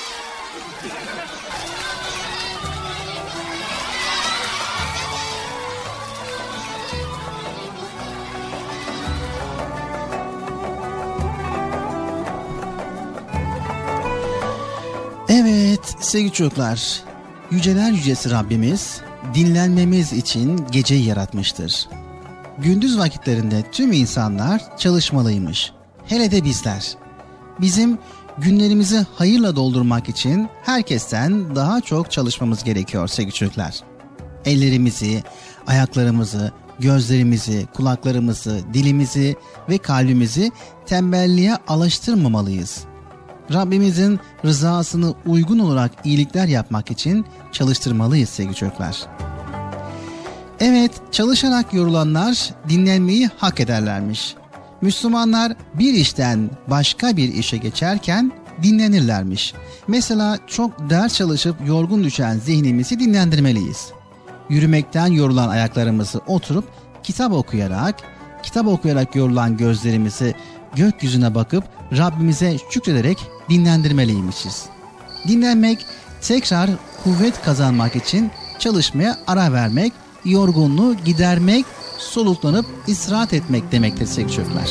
Evet sevgili çocuklar, yüceler yücesi Rabbimiz dinlenmemiz için geceyi yaratmıştır. Gündüz vakitlerinde tüm insanlar çalışmalıymış. Hele de bizler. Bizim günlerimizi hayırla doldurmak için herkesten daha çok çalışmamız gerekiyor sevgili çocuklar. Ellerimizi, ayaklarımızı, gözlerimizi, kulaklarımızı, dilimizi ve kalbimizi tembelliğe alıştırmamalıyız. Rabbimizin rızasını uygun olarak iyilikler yapmak için çalıştırmalıyız sevgili çocuklar. Evet, çalışarak yorulanlar dinlenmeyi hak ederlermiş. Müslümanlar bir işten başka bir işe geçerken dinlenirlermiş. Mesela çok ders çalışıp yorgun düşen zihnimizi dinlendirmeliyiz. Yürümekten yorulan ayaklarımızı oturup kitap okuyarak, kitap okuyarak yorulan gözlerimizi gökyüzüne bakıp Rabbimize şükrederek dinlendirmeliymişiz. Dinlenmek, tekrar kuvvet kazanmak için çalışmaya ara vermek, yorgunluğu gidermek, soluklanıp istirahat etmek demektir sevgili çocuklar.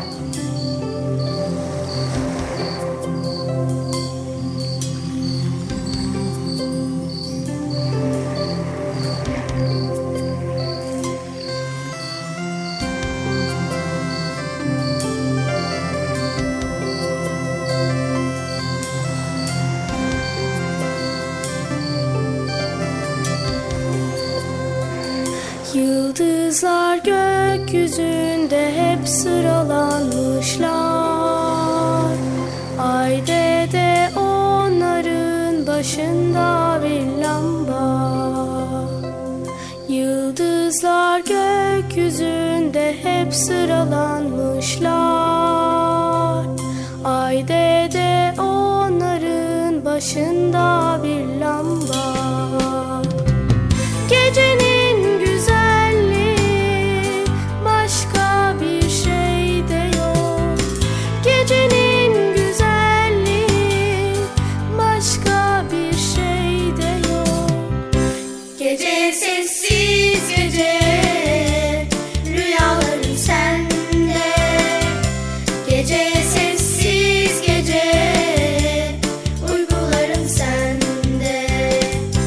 Yıldızlar gökyüzünde hep sıralanmışlar. Ay dede onların başında bir lamba. Yıldızlar gökyüzünde hep sıralanmışlar. Ay dede onların başında bir lamba. Gecenin sessiz gece, rüyaların sende. Gece sessiz gece, uyguların sende.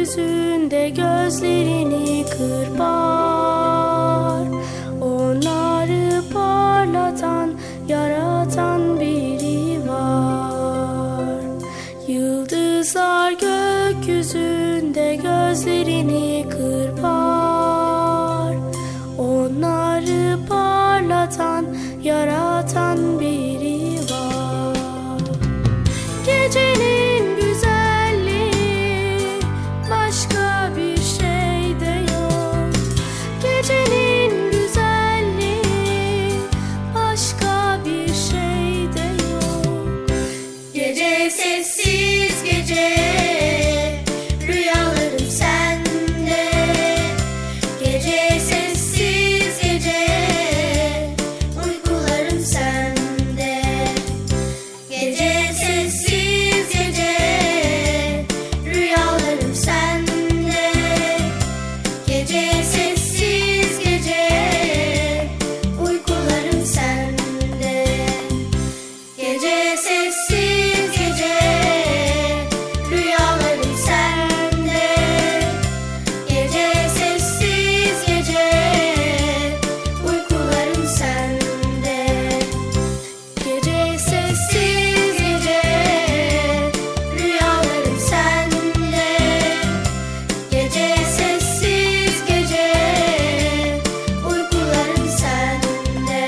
gökyüzünde gözlerini kırpar. Onları parlatan, yaratan biri var. Yıldızlar gökyüzünde gözlerini kırpar. Onları parlatan, yaratan biri var. Gecenin güzelliği başka bir şey de yok. Gecenin güzelliği başka bir şey de yok. Gece sessiz gece, rüyalarım sende. Gece sessiz gece, uykularım sende. Gece sessiz gece, rüyalarım sende. Gece sessiz gece, uykularım sende. Gece sessiz gece, rüyalarım sende. Gece sessiz gece, uykularım sende. Gece sessiz gece, rüyalarım sende. Gece sessiz gece, uykularım sende.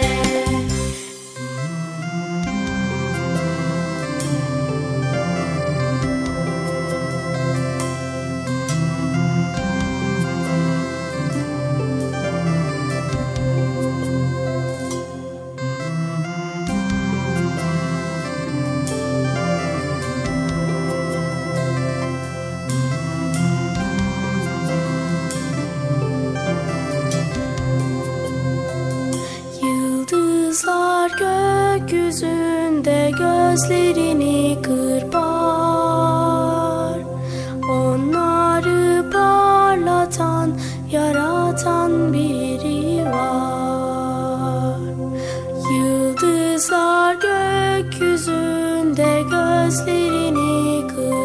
Yıldızlar gökyüzünde gözlerini kırpar. Onları parlatan, yaratan biri var. Yıldızlar gökyüzünde gözlerini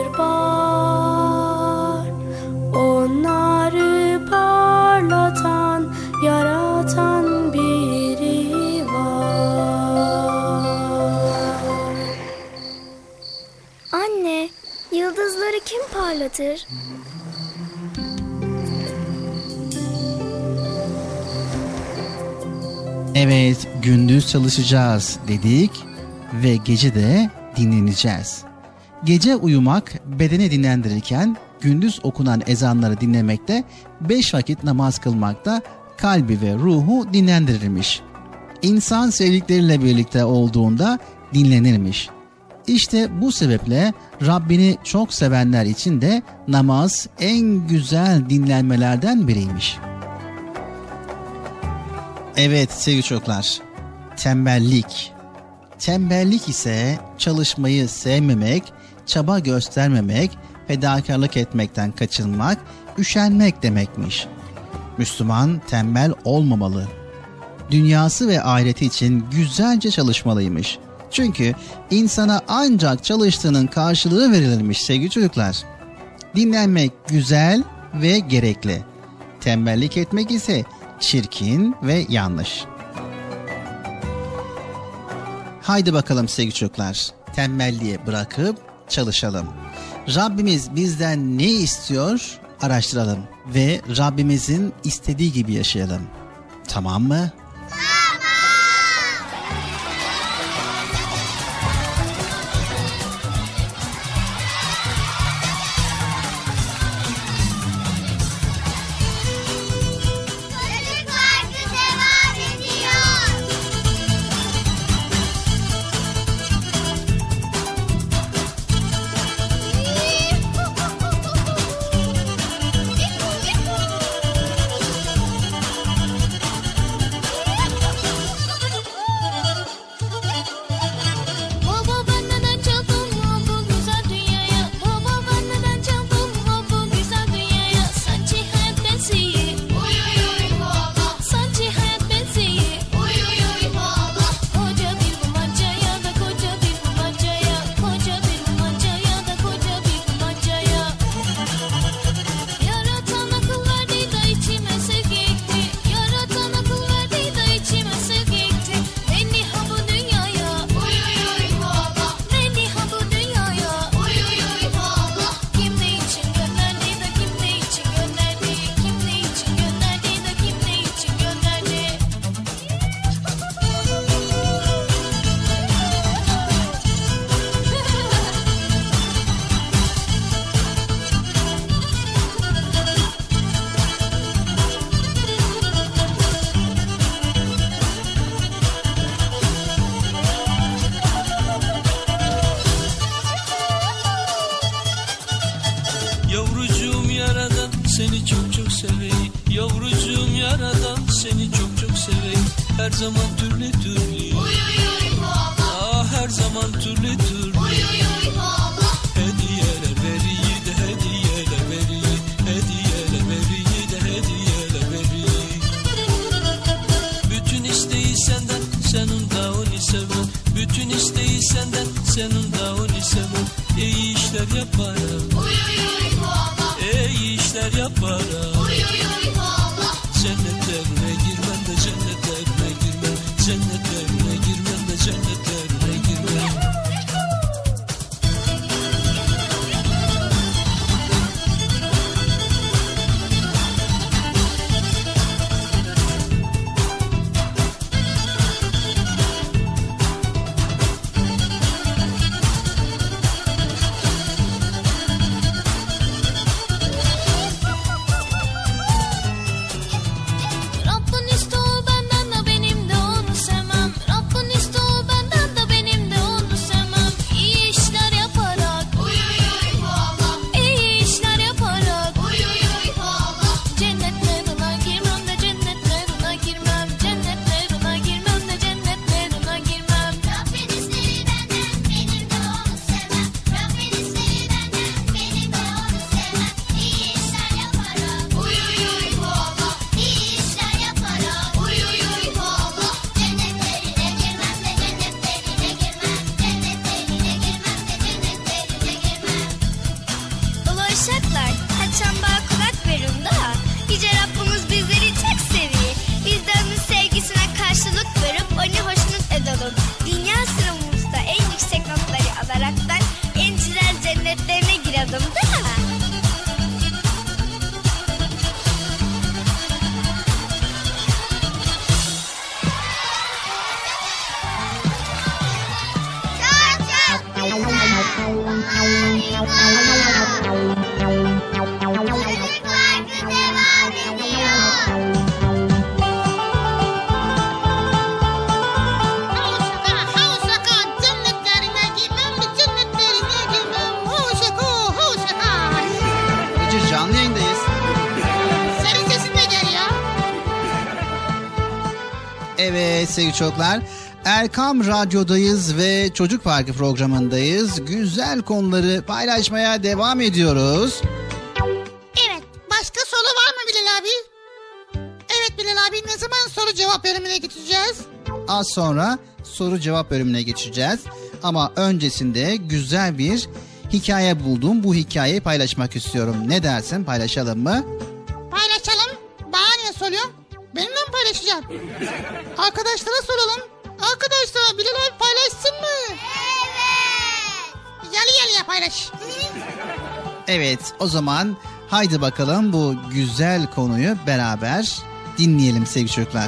kırpar. Onları parlatan, yaratan biri var. Anne, yıldızları kim parlatır? Evet, gündüz çalışacağız dedik ve gece de dinleneceğiz. Gece uyumak bedeni dinlendirirken gündüz okunan ezanları dinlemekte, beş vakit namaz kılmakta kalbi ve ruhu dinlendirirmiş. İnsan sevdikleriyle birlikte olduğunda dinlenirmiş. İşte bu sebeple Rabbini çok sevenler için de namaz en güzel dinlenmelerden biriymiş. Evet sevgili çocuklar, tembellik. Tembellik ise çalışmayı sevmemek, çaba göstermemek, fedakarlık etmekten kaçınmak, üşenmek demekmiş. Müslüman tembel olmamalı. Dünyası ve ahireti için güzelce çalışmalıymış. Çünkü insana ancak çalıştığının karşılığı verilirmiş sevgili çocuklar. Dinlenmek güzel ve gerekli. Tembellik etmek ise çirkin ve yanlış. Haydi bakalım sevgili çocuklar, tembelliği bırakıp çalışalım. Rabbimiz bizden ne istiyor? Araştıralım ve Rabbimizin istediği gibi yaşayalım. Tamam mı? yaradan seni çok çok seveyim. Her zaman türlü türlü. Oy oy oy Allah. Ah her zaman türlü türlü. Oy oy oy Allah. Hediyeler veriyi de hediyeler veriyi. Hediyeler veriyi de hediyeler veriyi. Bütün isteği senden, senin de onu seven. Bütün isteği senden, senin de onu seven. İyi işler yaparım. Oy oy oy Allah. İyi işler yaparım. Oy oy oy Allah. Cennetlerine girmem de cennetlerine girmem. Cennetlerine girmem de cennetlerine girmem. Evet sevgili çocuklar, Erkam Radyo'dayız ve Çocuk Parkı programındayız. Güzel konuları paylaşmaya devam ediyoruz. Evet, başka soru var mı Bilal abi? Evet Bilal abi, ne zaman soru cevap bölümüne geçeceğiz? Az sonra soru cevap bölümüne geçeceğiz. Ama öncesinde güzel bir hikaye buldum. Bu hikayeyi paylaşmak istiyorum. Ne dersin, paylaşalım mı? Paylaşalım. Bana niye soruyorsun? Benimle mi paylaşacaksın? Arkadaşlara soralım. Arkadaşlar Bilal abi paylaşsın mı? Evet. Yalı yalıya paylaş. Evet, o zaman haydi bakalım bu güzel konuyu beraber dinleyelim sevgili çocuklar.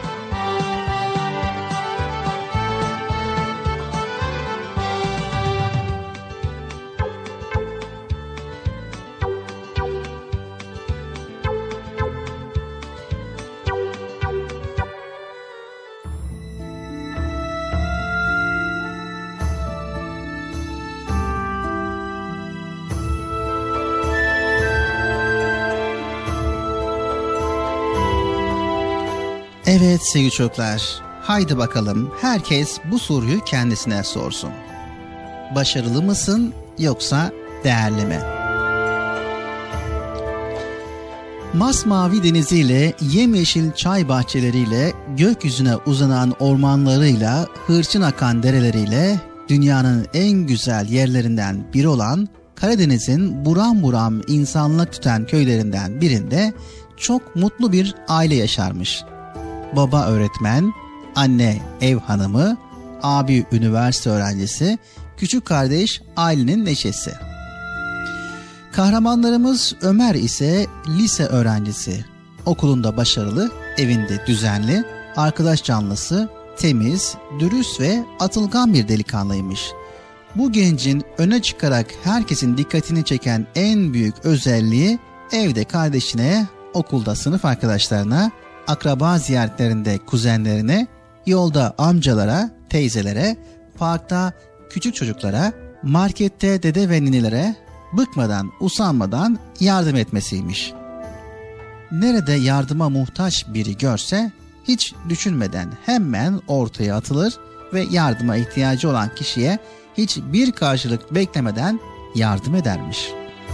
Evet sevgili çocuklar, haydi bakalım herkes bu soruyu kendisine sorsun. Başarılı mısın yoksa değerli mi? Masmavi deniziyle, yemyeşil çay bahçeleriyle, gökyüzüne uzanan ormanlarıyla, hırçın akan dereleriyle, dünyanın en güzel yerlerinden biri olan Karadeniz'in buram buram insanlık tutan köylerinden birinde çok mutlu bir aile yaşarmış. Baba öğretmen, anne ev hanımı, abi üniversite öğrencisi, küçük kardeş ailenin neşesi. Kahramanlarımız Ömer ise lise öğrencisi. Okulunda başarılı, evinde düzenli, arkadaş canlısı, temiz, dürüst ve atılgan bir delikanlıymış. Bu gencin öne çıkarak herkesin dikkatini çeken en büyük özelliği evde kardeşine, okulda sınıf arkadaşlarına, akraba ziyaretlerinde kuzenlerine, yolda amcalara, teyzelere, parkta küçük çocuklara, markette dede ve ninelere bıkmadan, usanmadan yardım etmesiymiş. nerede yardıma muhtaç biri görse hiç düşünmeden hemen ortaya atılır ve yardıma ihtiyacı olan kişiye hiçbir karşılık beklemeden yardım edermiş.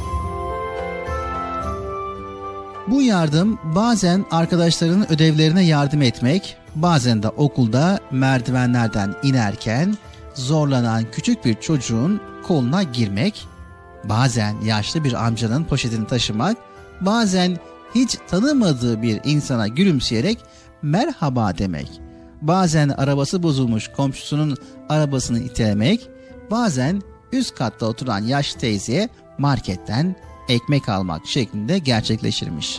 Bu yardım bazen arkadaşlarının ödevlerine yardım etmek, bazen de okulda merdivenlerden inerken zorlanan küçük bir çocuğun koluna girmek, bazen yaşlı bir amcanın poşetini taşımak, bazen hiç tanımadığı bir insana gülümseyerek merhaba demek, bazen arabası bozulmuş komşusunun arabasını itelemek, bazen üst katta oturan yaşlı teyzeye marketten ekmek almak şeklinde gerçekleşirmiş.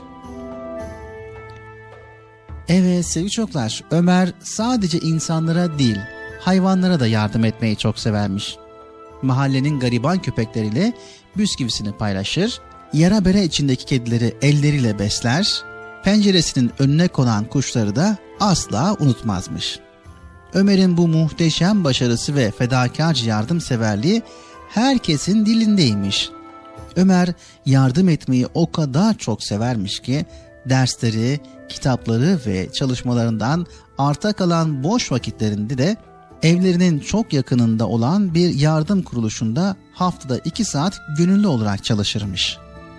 Evet sevgili çocuklar, Ömer sadece insanlara değil, hayvanlara da yardım etmeyi çok severmiş. Mahallenin gariban köpekleriyle bisküvisini paylaşır, yara bere içindeki kedileri elleriyle besler, penceresinin önüne konan kuşları da asla unutmazmış. Ömer'in bu muhteşem başarısı ve fedakarca yardımseverliği herkesin dilindeymiş. Ömer yardım etmeyi o kadar çok severmiş ki dersleri, kitapları ve çalışmalarından arta kalan boş vakitlerinde de evlerinin çok yakınında olan bir yardım kuruluşunda haftada iki saat gönüllü olarak çalışırmış.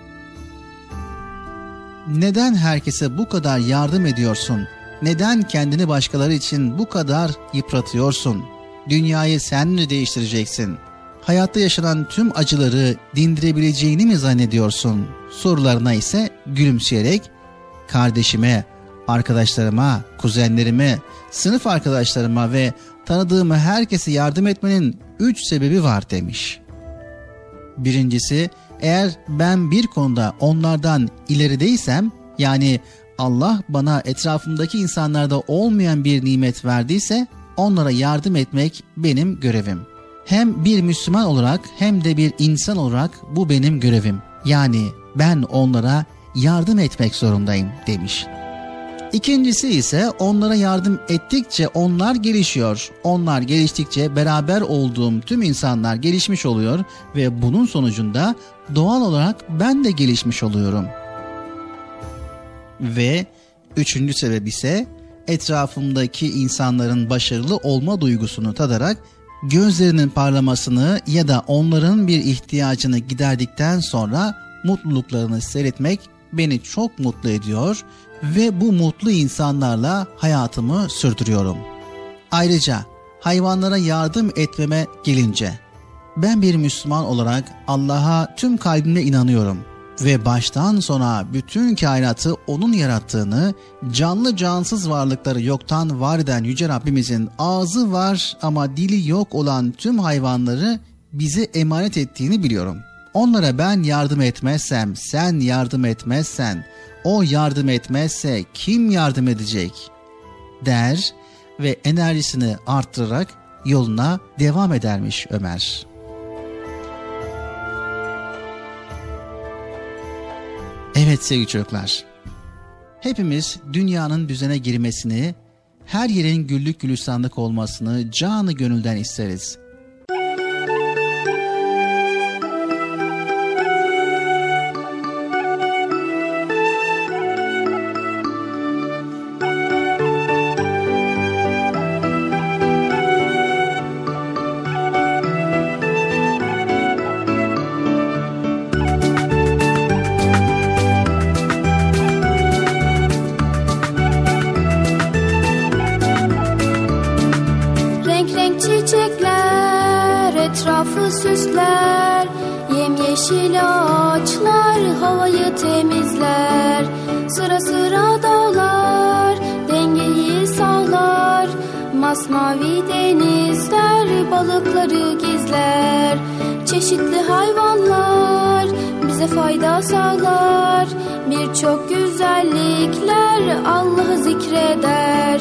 Neden herkese bu kadar yardım ediyorsun? Neden kendini başkaları için bu kadar yıpratıyorsun? Dünyayı sen mi değiştireceksin? Hayatta yaşanan tüm acıları dindirebileceğini mi zannediyorsun? Sorularına ise gülümseyerek kardeşime, arkadaşlarıma, kuzenlerime, sınıf arkadaşlarıma ve tanıdığım herkese yardım etmenin üç sebebi var demiş. Birincisi, eğer ben bir konuda onlardan ilerideysem, yani Allah bana etrafımdaki insanlarda olmayan bir nimet verdiyse onlara yardım etmek benim görevim. Hem bir Müslüman olarak hem de bir insan olarak bu benim görevim. Yani ben onlara yardım etmek zorundayım demiş. İkincisi ise onlara yardım ettikçe onlar gelişiyor. Onlar geliştikçe beraber olduğum tüm insanlar gelişmiş oluyor ve bunun sonucunda doğal olarak ben de gelişmiş oluyorum. Ve üçüncü sebep ise etrafımdaki insanların başarılı olma duygusunu tadarak gözlerinin parlamasını ya da onların bir ihtiyacını giderdikten sonra mutluluklarını seyretmek beni çok mutlu ediyor ve bu mutlu insanlarla hayatımı sürdürüyorum. Ayrıca hayvanlara yardım etmeme gelince, ben bir Müslüman olarak Allah'a tüm kalbimle inanıyorum ve baştan sona bütün kainatı O'nun yarattığını, canlı cansız varlıkları yoktan var eden Yüce Rabbimizin ağzı var ama dili yok olan tüm hayvanları bize emanet ettiğini biliyorum. Onlara ben yardım etmezsem, sen yardım etmezsen, o yardım etmezse kim yardım edecek der ve enerjisini arttırarak yoluna devam edermiş Ömer. Evet sevgili çocuklar, hepimiz dünyanın düzene girmesini, her yerin güllük gülistanlık olmasını canı gönülden isteriz. Süsler, yemyeşil ağaçlar havayı temizler. Sıra sıra dağlar dengeyi sağlar. Masmavi denizler balıkları gizler. Çeşitli hayvanlar bize fayda sağlar. Birçok güzellikler Allah'ı zikreder.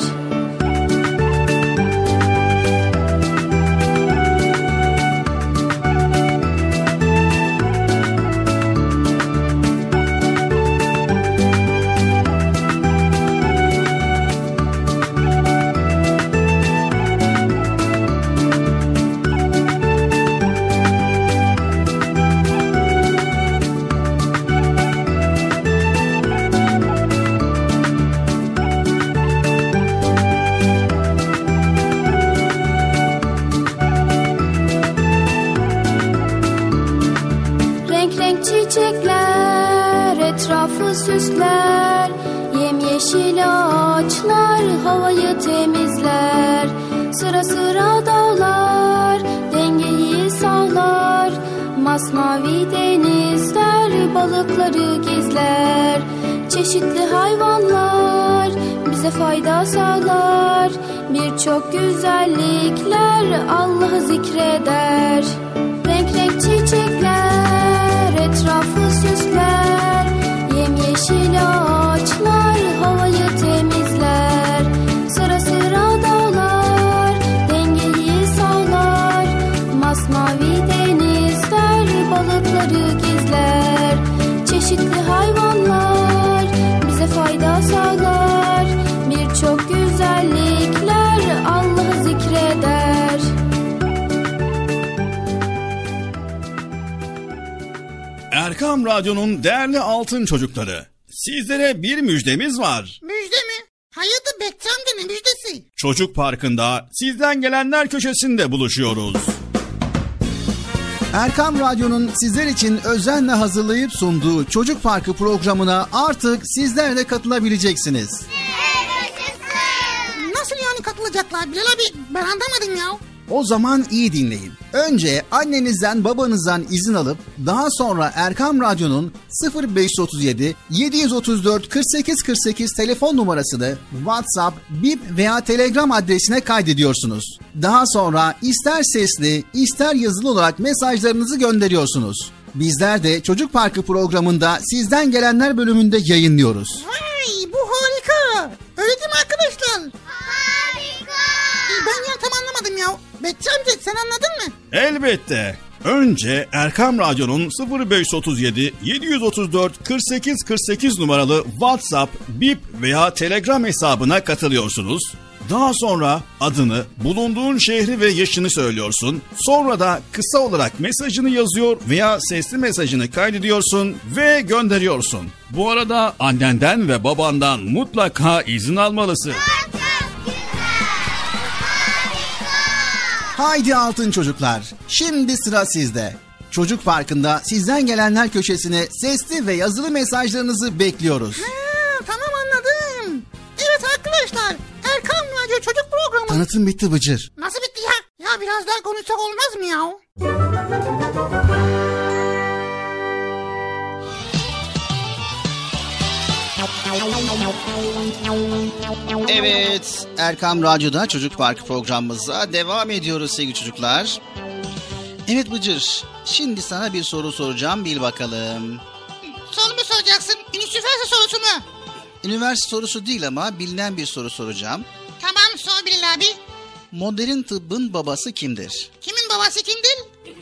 Sıra sıra dağlar dengeyi sağlar. Masmavi denizler balıkları gizler. Çeşitli hayvanlar bize fayda sağlar. Birçok güzellikler Allah'ı zikreder. Renk renk çiçekler etrafı süsler. Yemyeşil ağaçlar havayı temizler. Sıra sıra dağlar dengeyi sağlar. Masmavi denizler balıkları gizler. Çeşitli hayvanlar bize fayda sağlar. Birçok güzellikler Allah'ı zikreder. Erkam Radyo'nun değerli altın çocukları, sizlere bir müjdemiz var. Müjde mi? Hayırdır Bekçi amca, ne müjdesi? Çocuk Parkı'nda sizden gelenler köşesinde buluşuyoruz. Erkam Radyo'nun sizler için özenle hazırlayıp sunduğu Çocuk Parkı programına artık sizler de katılabileceksiniz. Nasıl yani katılacaklar Bilal abi? Ben anlamadım ya. O zaman iyi dinleyin. Önce annenizden babanızdan izin alıp daha sonra Erkam Radyo'nun sıfır beş otuz yedi yedi otuz dört kırk sekiz kırk sekiz telefon numarasını WhatsApp, Bip veya Telegram adresine kaydediyorsunuz. Daha sonra ister sesli ister yazılı olarak mesajlarınızı gönderiyorsunuz. Bizler de Çocuk Parkı programında sizden gelenler bölümünde yayınlıyoruz. Vay, bu harika. Öyle değil mi arkadaşlar? Harika. Ben ya tam anlamadım ya. Bekçi amca sen anladın mı? Elbette. Önce Erkam Radyo'nun sıfır beş otuz yedi yedi otuz dört kırk sekiz kırk sekiz numaralı WhatsApp, Bip veya Telegram hesabına katılıyorsunuz. Daha sonra adını, bulunduğun şehri ve yaşını söylüyorsun. Sonra da kısa olarak mesajını yazıyor veya sesli mesajını kaydediyorsun ve gönderiyorsun. Bu arada annenden ve babandan mutlaka izin almalısın. Haydi altın çocuklar, şimdi sıra sizde. Çocuk Parkı'nda sizden gelenler köşesine sesli ve yazılı mesajlarınızı bekliyoruz. Ha, tamam anladım. Evet arkadaşlar, Erkam Radyo Çocuk Programı. Tanıtım bitti Bıcır. Nasıl bitti ya? Ya biraz daha konuşsak olmaz mı ya? Evet, Erkam Radyo'da Çocuk Parkı programımıza devam ediyoruz sevgili çocuklar. Evet Bıcır, şimdi sana bir soru soracağım, bil bakalım. Soru mu soracaksın? Üniversite sorusu mu? Üniversite sorusu değil ama bilinen bir soru soracağım. Tamam, sor Bilal abi. Modern tıbbın babası kimdir? Kimin babası kimdir?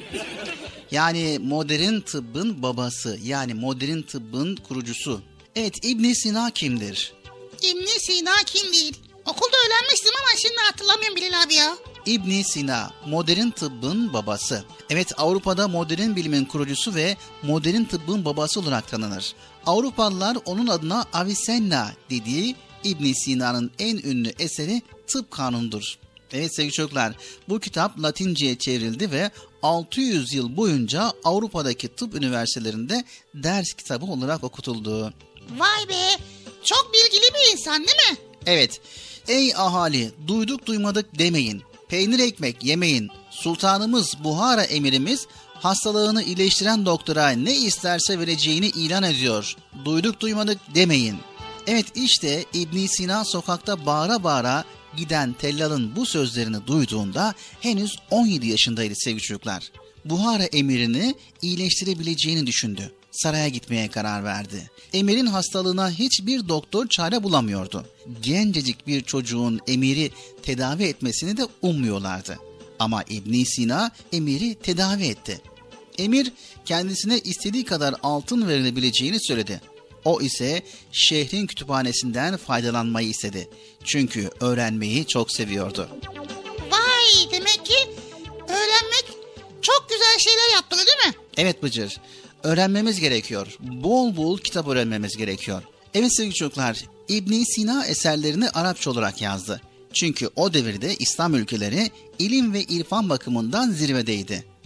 Yani modern tıbbın babası, yani modern tıbbın kurucusu. Evet, İbn Sina kimdir? İbn Sina kim değil? Okulda öğrenmiştim ama şimdi hatırlamıyorum Bilal abi ya. İbn Sina, modern tıbbın babası. Evet, Avrupa'da modern bilimin kurucusu ve modern tıbbın babası olarak tanınır. Avrupalılar onun adına Avicenna dediği İbn Sina'nın en ünlü eseri Tıp Kanunu'dur. Evet sevgili çocuklar, bu kitap Latince'ye çevrildi ve altı yüz yıl boyunca Avrupa'daki tıp üniversitelerinde ders kitabı olarak okutuldu. Vay be, çok bilgili bir insan değil mi? Evet, ey ahali, duyduk duymadık demeyin, peynir ekmek yemeyin, sultanımız Buhara emirimiz hastalığını iyileştiren doktora ne isterse vereceğini ilan ediyor, duyduk duymadık demeyin. Evet, işte İbn Sina sokakta bağıra bağıra giden tellalın bu sözlerini duyduğunda henüz on yedi yaşındaydı sevgili çocuklar. Buhara emirini iyileştirebileceğini düşündü. Saraya gitmeye karar verdi. Emir'in hastalığına hiçbir doktor çare bulamıyordu. Gencecik bir çocuğun emiri tedavi etmesini de ummuyorlardı. Ama İbn Sina emiri tedavi etti. Emir kendisine istediği kadar altın verilebileceğini söyledi. O ise şehrin kütüphanesinden faydalanmayı istedi. Çünkü öğrenmeyi çok seviyordu. Vay, demek ki öğrenmek çok güzel şeyler yaptı değil mi? Evet Bıcır, öğrenmemiz gerekiyor. Bol bol kitap öğrenmemiz gerekiyor. Evet sevgili çocuklar, İbn Sina eserlerini Arapça olarak yazdı. Çünkü o devirde İslam ülkeleri ilim ve irfan bakımından zirvedeydi.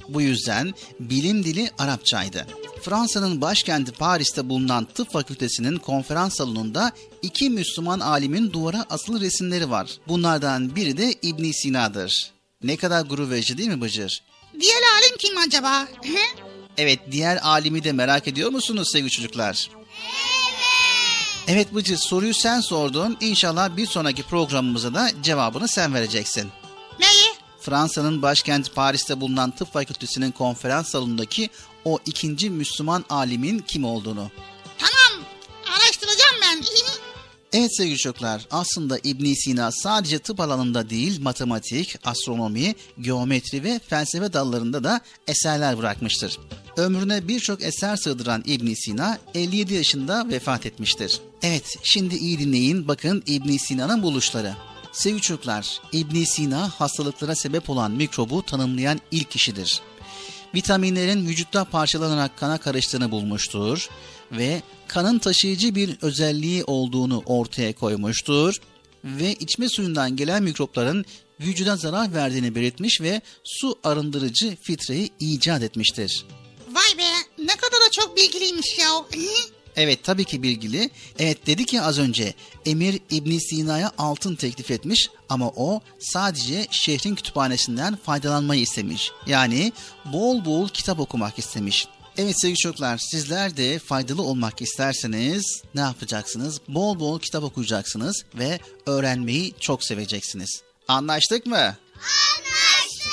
Bu yüzden bilim dili Arapçaydı. Fransa'nın başkenti Paris'te bulunan tıp fakültesinin konferans salonunda iki Müslüman alimin duvara asılı resimleri var. Bunlardan biri de İbn Sina'dır. Ne kadar gurur verici değil mi Bıcır? Diğer alim kim acaba? Evet, diğer alimi de merak ediyor musunuz sevgili çocuklar? Evet Bıcır, soruyu sen sordun. İnşallah bir sonraki programımıza da cevabını sen vereceksin. Neyi? Fransa'nın başkenti Paris'te bulunan tıp fakültesinin konferans salonundaki o ikinci Müslüman alimin kim olduğunu. Tamam, araştıracağım ben. Evet sevgili çocuklar, aslında İbn Sina sadece tıp alanında değil, matematik, astronomi, geometri ve felsefe dallarında da eserler bırakmıştır. Ömrüne birçok eser sığdıran İbn Sina elli yedi yaşında vefat etmiştir. Evet, şimdi iyi dinleyin, bakın İbn Sina'nın buluşları. Sevgili çocuklar, İbn Sina hastalıklara sebep olan mikrobu tanımlayan ilk kişidir. Vitaminlerin vücutta parçalanarak kana karıştığını bulmuştur ve kanın taşıyıcı bir özelliği olduğunu ortaya koymuştur ve içme suyundan gelen mikropların vücuda zarar verdiğini belirtmiş ve su arındırıcı filtreyi icat etmiştir. Vay be, ne kadar da çok bilgiliymiş ya. Evet, tabii ki bilgili. Evet, dedi ki az önce Emir İbn Sina'ya altın teklif etmiş ama o sadece şehrin kütüphanesinden faydalanmayı istemiş. Yani bol bol kitap okumak istemiş. Evet sevgili çocuklar, sizler de faydalı olmak isterseniz ne yapacaksınız? Bol bol kitap okuyacaksınız ve öğrenmeyi çok seveceksiniz. Anlaştık mı? Anlaştık.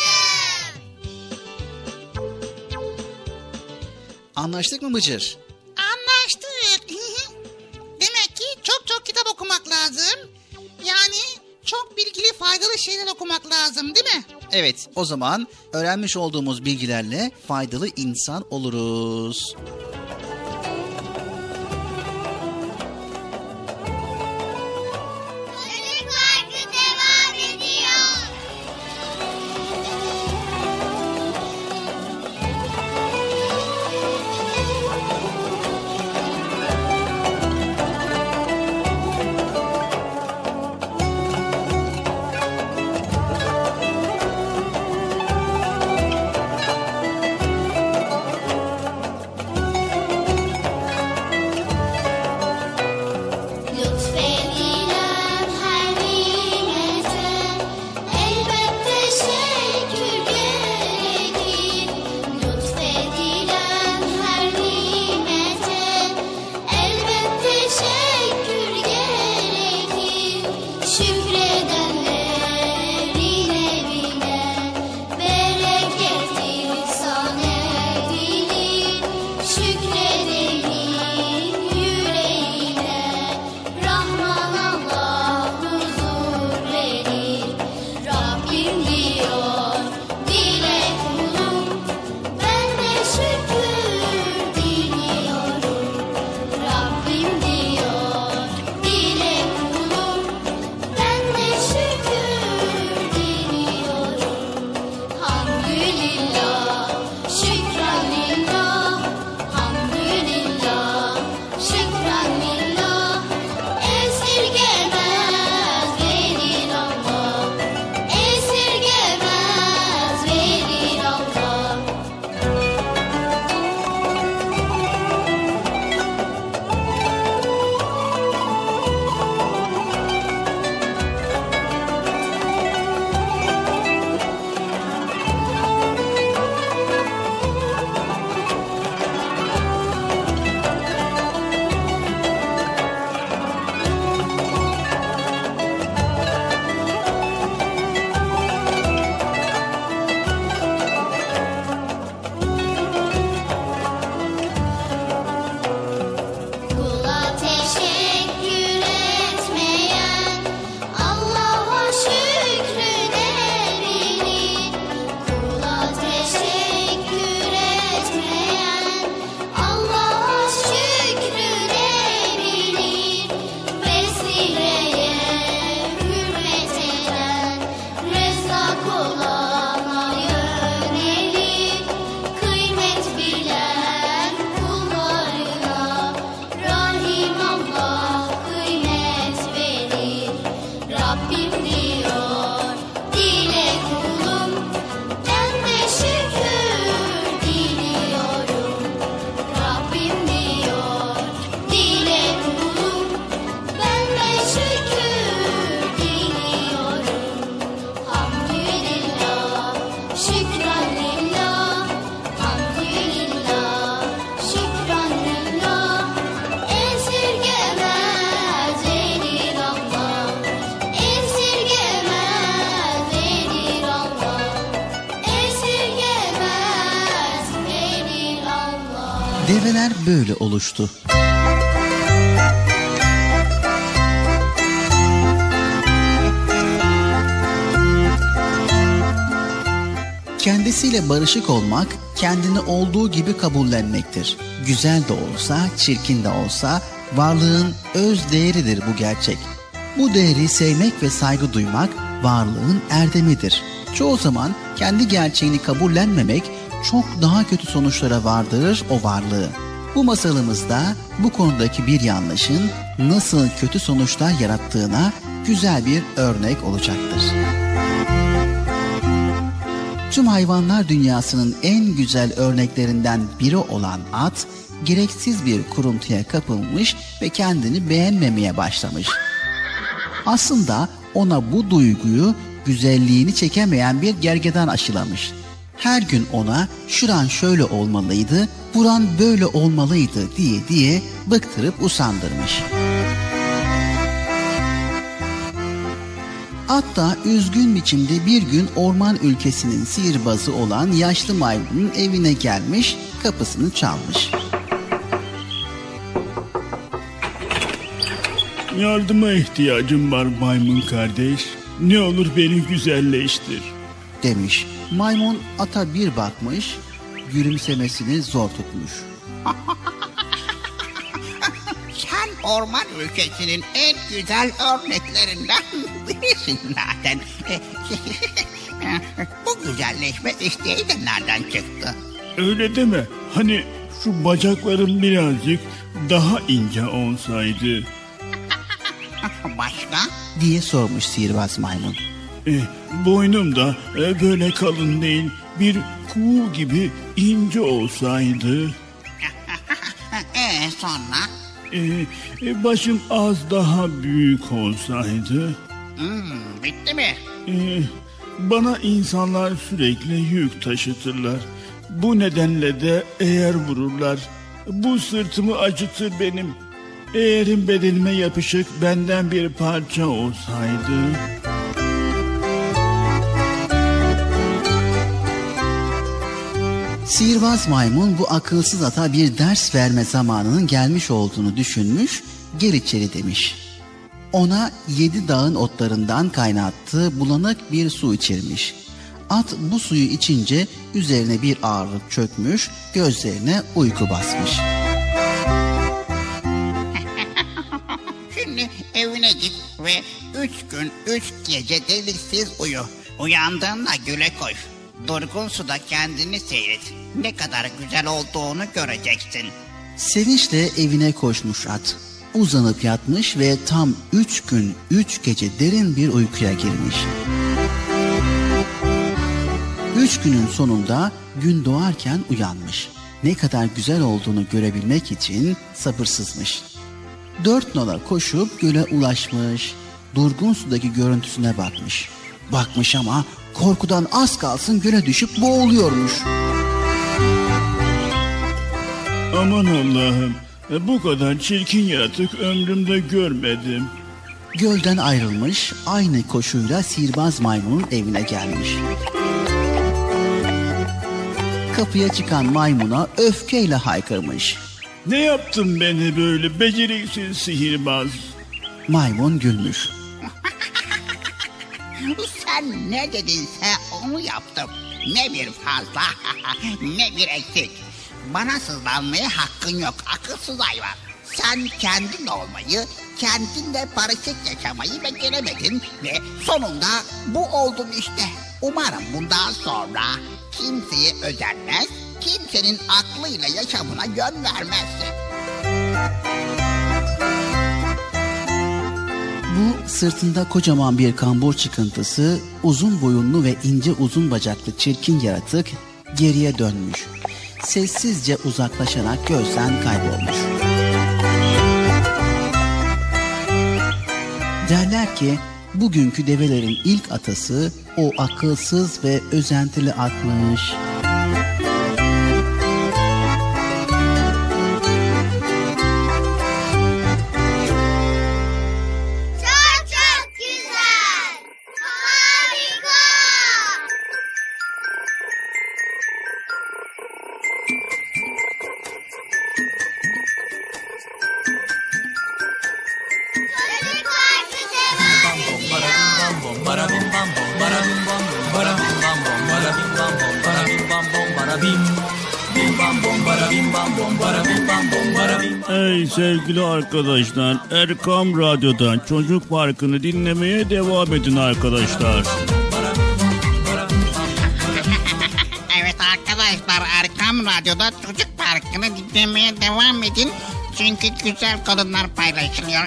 Anlaştık mı Bıcır? Anlaştık. Demek ki çok çok kitap okumak lazım. Yani çok bilgili, faydalı şeyler okumak lazım, değil mi? Evet, o zaman öğrenmiş olduğumuz bilgilerle faydalı insan oluruz. Çocuk Parkı devam ediyor. Lütfedilen her nimete elbette şükür gerekir. Lütfedilen her nimete elbette şükür gerekir. Şükredenlerin evine bereket ihsan edilir. Şükredenin yüreğine Rahman Allah huzur verir. Rabbim diyor dile kulum, ben de şükür diliyorum. Rabbim diyor dile kulum, ben de Develer böyle oluştu. Kendisiyle barışık olmak, kendini olduğu gibi kabullenmektir. Güzel de olsa, çirkin de olsa varlığın öz değeridir bu gerçek. Bu değeri sevmek ve saygı duymak varlığın erdemidir. Çoğu zaman kendi gerçeğini kabullenmemek çok daha kötü sonuçlara vardırır o varlığı. Bu masalımızda bu konudaki bir yanlışın nasıl kötü sonuçlar yarattığına güzel bir örnek olacaktır. Tüm hayvanlar dünyasının en güzel örneklerinden biri olan at, gereksiz bir kuruntuya kapılmış ve kendini beğenmemeye başlamış. Aslında ona bu duyguyu güzelliğini çekemeyen bir gergedan aşılamış. Her gün ona şuran şöyle olmalıydı, buran böyle olmalıydı diye diye bıktırıp usandırmış. At da üzgün biçimde bir gün orman ülkesinin sihirbazı olan yaşlı maymunun evine gelmiş, kapısını çalmış. Yardıma ihtiyacım var maymun kardeş. Ne olur beni güzelleştir demiş. Maymun ata bir bakmış, gülümsemesini zor tutmuş. Sen orman ülkesinin en güzel örneklerinden birisin zaten. Bu güzelleşme isteği de nereden çıktı? Öyle deme. Hani şu bacaklarım birazcık daha ince olsaydı. Başka? Diye sormuş sihirbaz maymun. E, boynum da e, böyle kalın değil, bir kuğu gibi ince olsaydı. Ee sonra? E, e, başım az daha büyük olsaydı. Hmm, bitti mi? E, bana insanlar sürekli yük taşıtırlar. Bu nedenle de eğer vururlar. Bu sırtımı acıtır benim. Eğerim bedenime yapışık benden bir parça olsaydı. Sihirbaz maymun bu akılsız ata bir ders verme zamanının gelmiş olduğunu düşünmüş, gel içeri demiş. Ona yedi dağın otlarından kaynattığı bulanık bir su içirmiş. At bu suyu içince üzerine bir ağırlık çökmüş, gözlerine uyku basmış. Şimdi evine git ve üç gün üç gece deliksiz uyu. Uyandığında güle koş. Durgun suda kendini seyret. Ne kadar güzel olduğunu göreceksin. Sevinçle evine koşmuş at. Uzanıp yatmış ve tam üç gün üç gece derin bir uykuya girmiş. Üç günün sonunda gün doğarken uyanmış. Ne kadar güzel olduğunu görebilmek için sabırsızmış. Dört nala koşup göle ulaşmış. Durgun sudaki görüntüsüne bakmış. Bakmış ama korkudan az kalsın göle düşüp boğuluyormuş. Aman Allah'ım, bu kadar çirkin yaratık ömrümde görmedim. Gölden ayrılmış, aynı koşuyla sihirbaz maymunun evine gelmiş. Kapıya çıkan maymuna öfkeyle haykırmış. Ne yaptın beni böyle beceriksiz sihirbaz? Maymun gülmüş. Sen ne dedinse onu yaptım. Ne bir fazla ne bir eksik. Bana sızlanmaya hakkın yok akılsız hayvan. Sen kendin olmayı, kendinle barışık yaşamayı beceremedin ve sonunda bu oldun işte. Umarım bundan sonra kimseye özenmez, kimsenin aklıyla yaşamına yön vermezsin. Bu sırtında kocaman bir kambur çıkıntısı, uzun boyunlu ve ince uzun bacaklı çirkin yaratık geriye dönmüş. Sessizce uzaklaşarak gözden kaybolmuş. Derler ki bugünkü develerin ilk atası o akılsız ve özentili atmış. bara bim bam bom bara bim bam bom bara bim bam bom bara bim bam bom bara bim bam bom bara bim bim bam bom bara bim bam bom bara bim bam bom bara bim. Ey sevgili arkadaşlar, Erkam Radyo'dan Çocuk Parkı'nı dinlemeye devam edin arkadaşlar. Evet arkadaşlar, Erkam Radyo'da Çocuk Parkı'nı dinlemeye devam edin. Çünkü güzel kadınlar paylaşılıyor.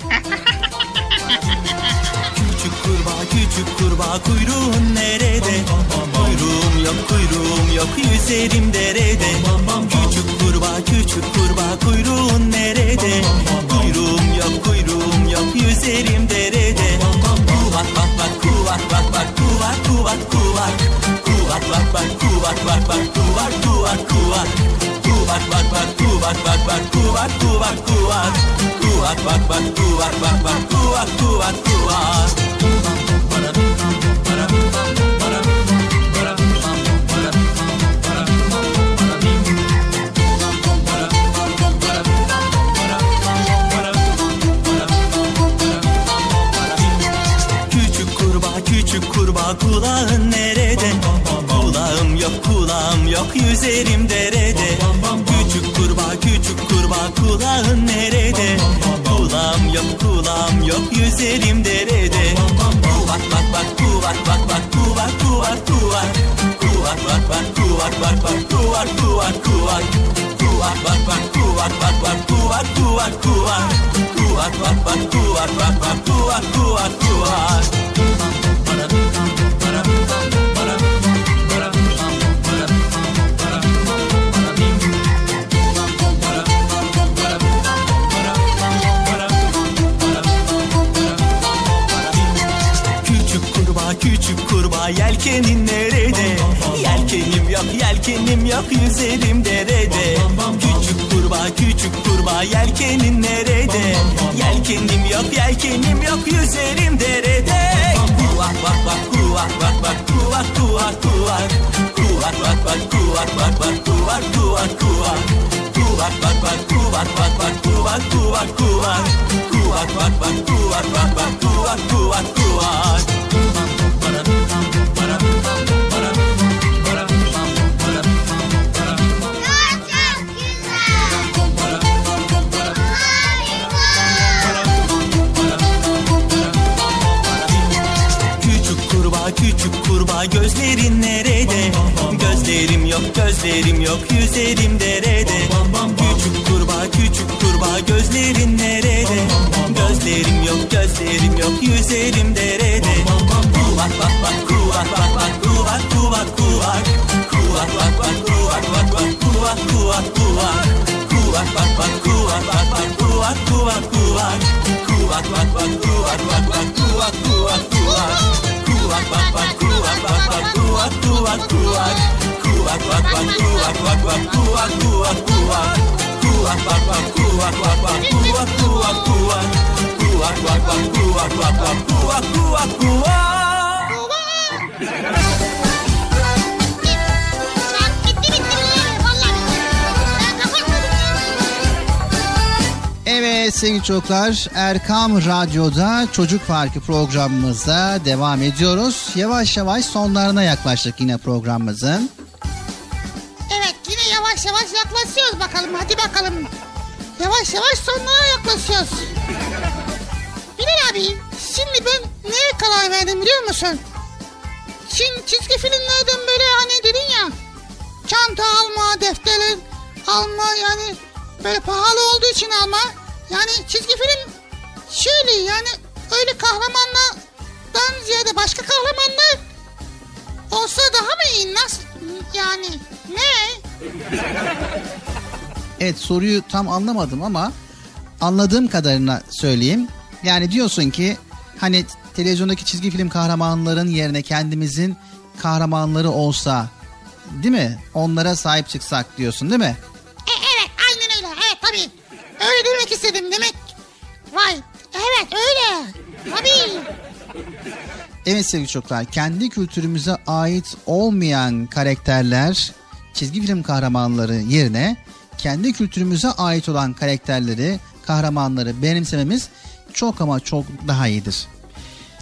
Küçük kurbağa küçük kurbağa kuyruğun nerede? Kuyruğum yok kuyruğum yok yüzerim derede. Küçük kurbağa küçük kurbağa kuyruğun nerede? Kuyruğum yok kuyruğum yok yüzerim derede. Kuvak bak bak kuvak bak bak kuvak kuvak kuvak. Kuvak bak bak kuvak bak bak kuvak kuvak kuvak. Kuvak bak bak kuvak bak bak kuvak kuvak kuvak. Kuvak bak bak kuvak bak bak kuvak kuvak kuvak. Küçük kurbağa küçük kurbağa kulağın nerede? Kulağım yok kulağım yok yüzerim derede. Küçük kurbağa küçük kurbağa kulağın nerede? Kulağım yok kulağım yok yüzerim derede. Kuvak bak bak kuvak bak bak kuvak kuvak kuvak. Kuvak bak bak kuvak bak bak kuvak kuvak kuvak. Kuvak bak bak kuvak bak bak kuvak kuvak kuvak. Kuvak bak bak kuvak bak bak kuvak kuvak kuvak. Küçük kurbağa yelkenin nerede? Yelkenim yok yelkenim yok yüzerim derede. Küçük kurbağa küçük kurbağa yelkenin nerede? Yelkenim yok yelkenim yok yüzerim derede. Kuvak bak bak kuvak bak bak kuvak kuvak kuvak. Kuvak bak bak kuvak bak bak kuvak kuvak kuvak. Kuvak bak bak kuvak bak bak kuvak kuvak kuvak. Kuvak bak bak kuvak bak bak kuvak kuvak kuvak. Küçük kurbağa gözlerin nerede? Gözlerim yok gözlerim yok yüzerim derede. Küçük kurbağa küçük kurbağa gözlerin nerede? Gözlerim yok gözlerim yok yüzerim derede. Kuvak bak bak kuvak bak bak kuvak kuvak kuvak. Kuvak bak bak kuvak bak bak kuvak kuvak kuvak. Kuvak bak bak kuvak bak bak kuvak kuvak kuvak. Kuvak bak bak kuvak bak bak kuvak kuvak kuvak. Kuvak bak bak kuvak bak bak kuvak kuvak kuvak. Kuvak bak bak kuvak bak bak kuvak kuvak kuvak. Kuvak bak bak kuvak bak bak kuvak kuvak kuvak. Kuvak bak bak kuvak bak bak kuvak kuvak kuvak. Evet sevgili çocuklar, Erkam Radyo'da Çocuk Parkı programımıza devam ediyoruz. Yavaş yavaş sonlarına yaklaştık yine programımızın. Evet, yine yavaş yavaş yaklaşıyoruz bakalım. Hadi bakalım. Yavaş yavaş sonlara yaklaşıyoruz. Bilal abi, şimdi ben neye karar verdim biliyor musun? Şimdi çizgi filmlerden böyle hani dedin ya, çanta alma, defter alma, yani böyle pahalı olduğu için alma. Yani çizgi film şöyle, yani öyle kahramanlardan ziyade başka kahramanlar olsa daha mı iyi? Nasıl yani? Ne? Evet, soruyu tam anlamadım ama anladığım kadarına söyleyeyim. Yani diyorsun ki hani televizyondaki çizgi film kahramanların yerine kendimizin kahramanları olsa, değil mi? Onlara sahip çıksak diyorsun, değil mi? E, evet, aynen öyle. Evet, tabii. Öyle demek istedim demek. Vay, evet öyle. Tabii. Evet sevgili çocuklar, kendi kültürümüze ait olmayan karakterler, çizgi film kahramanları yerine kendi kültürümüze ait olan karakterleri, kahramanları benimsememiz çok ama çok daha iyidir.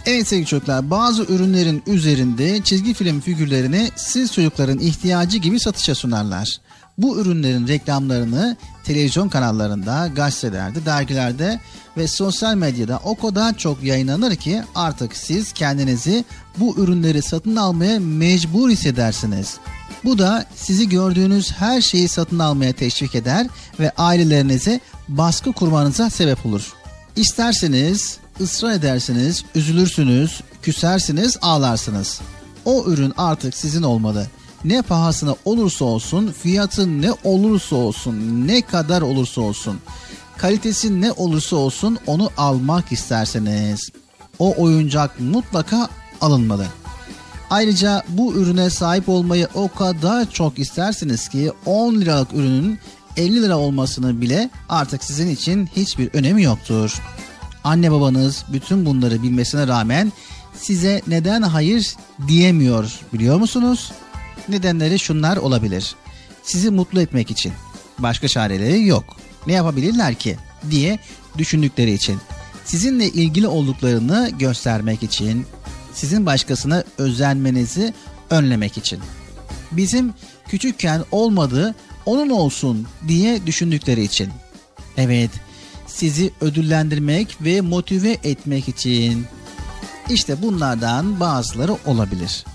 Evet sevgili çocuklar, bazı ürünlerin üzerinde çizgi film figürlerini siz çocukların ihtiyacı gibi satışa sunarlar. Bu ürünlerin reklamlarını televizyon kanallarında, gazetelerde, dergilerde ve sosyal medyada o kadar çok yayınlanır ki artık siz kendinizi bu ürünleri satın almaya mecbur hissedersiniz. Bu da sizi gördüğünüz her şeyi satın almaya teşvik eder ve ailelerinize baskı kurmanıza sebep olur. İsterseniz, ısrar edersiniz, üzülürsünüz, küsersiniz, ağlarsınız. O ürün artık sizin olmalı. Ne pahasına olursa olsun, fiyatı ne olursa olsun, ne kadar olursa olsun, kalitesi ne olursa olsun onu almak isterseniz o oyuncak mutlaka alınmalı. Ayrıca bu ürüne sahip olmayı o kadar çok istersiniz ki on liralık ürünün elli lira olmasını bile artık sizin için hiçbir önemi yoktur. Anne babanız bütün bunları bilmesine rağmen size neden hayır diyemiyor biliyor musunuz? Nedenleri şunlar olabilir. Sizi mutlu etmek için. Başka çareleri yok. Ne yapabilirler ki diye düşündükleri için. Sizinle ilgili olduklarını göstermek için. Sizin başkasına özenmenizi önlemek için. Bizim küçükken olmadı, onun olsun diye düşündükleri için. Evet, sizi ödüllendirmek ve motive etmek için. İşte bunlardan bazıları olabilir.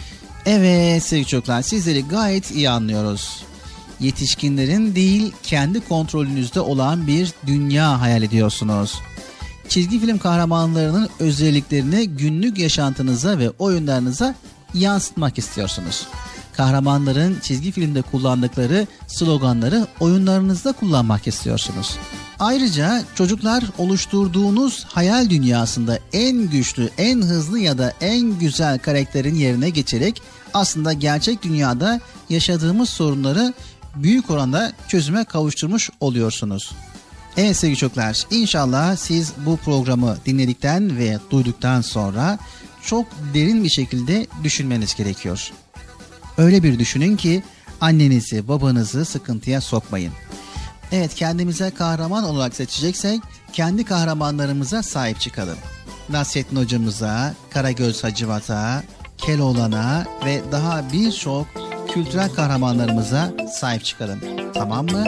Evet sevgili çocuklar, sizleri gayet iyi anlıyoruz. Yetişkinlerin değil, kendi kontrolünüzde olan bir dünya hayal ediyorsunuz. Çizgi film kahramanlarının özelliklerini günlük yaşantınıza ve oyunlarınıza yansıtmak istiyorsunuz. Kahramanların çizgi filmde kullandıkları sloganları oyunlarınızda kullanmak istiyorsunuz. Ayrıca çocuklar oluşturduğunuz hayal dünyasında en güçlü, en hızlı ya da en güzel karakterin yerine geçerek aslında gerçek dünyada yaşadığımız sorunları büyük oranda çözüme kavuşturmuş oluyorsunuz. Evet sevgili çocuklar, inşallah siz bu programı dinledikten ve duyduktan sonra çok derin bir şekilde düşünmeniz gerekiyor. Öyle bir düşünün ki annenizi, babanızı sıkıntıya sokmayın. Evet, kendimize kahraman olarak seçeceksek kendi kahramanlarımıza sahip çıkalım. Nasrettin hocamıza, Karagöz Hacivat'a, Keloğlan'a ve daha birçok kültürel kahramanlarımıza sahip çıkalım. Tamam mı?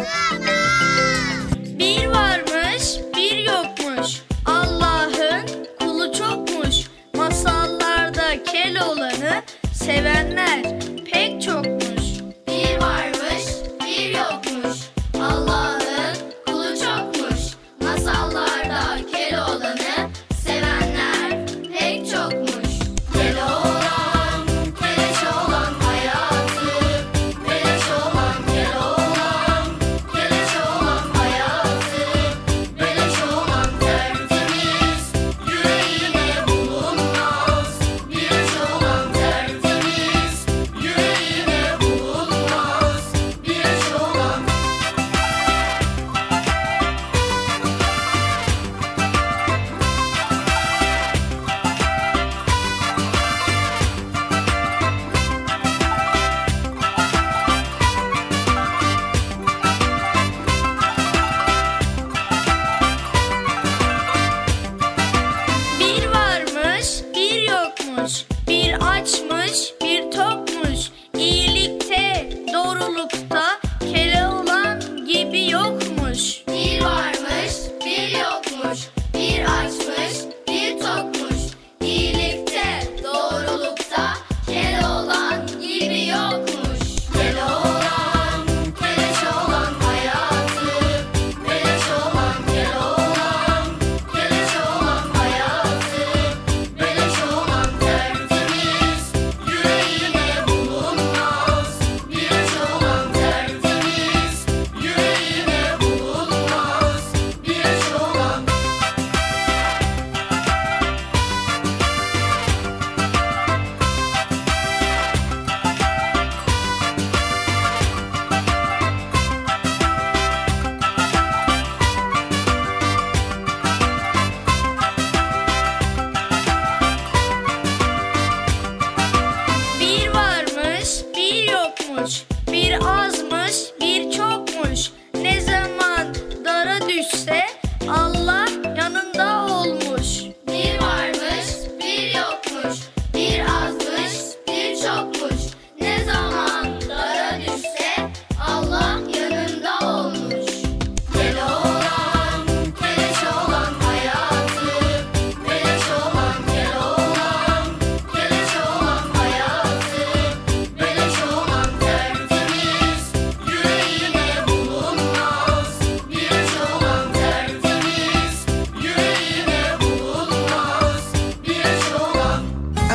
Bir varmış, bir yokmuş. Allah'ın kulu çokmuş. Masallarda Keloğlan'ı sevenler pek çokmuş. Bir varmış, bir yokmuş. Allah'ın kulu çokmuş. Masallarda Keloğlan'ı sevenler pek çokmuş. Keloğlan, keleş olan hayatı, beleş olan Keloğlan, keleş olan hayatı, beleş olan tertemiz, yüreğine bulunmaz. Beleş olan tertemiz, yüreğine bulunmaz. Beleş olan Bir varmış, bir yokmuş. Bir açmış, bir tokmuş. İyilikte, doğrulukta Keloğlan gibi yokmuş. bir varmış, bir yokmuş. Bir açmış, bir tokmuş. İyilikte, doğrulukta Keloğlan gibi yokmuş. Keloğlan, keleş olan hayatı, beleş olan Keloğlan, keleş olan hayatı, beleş olan tertemiz, yüreğine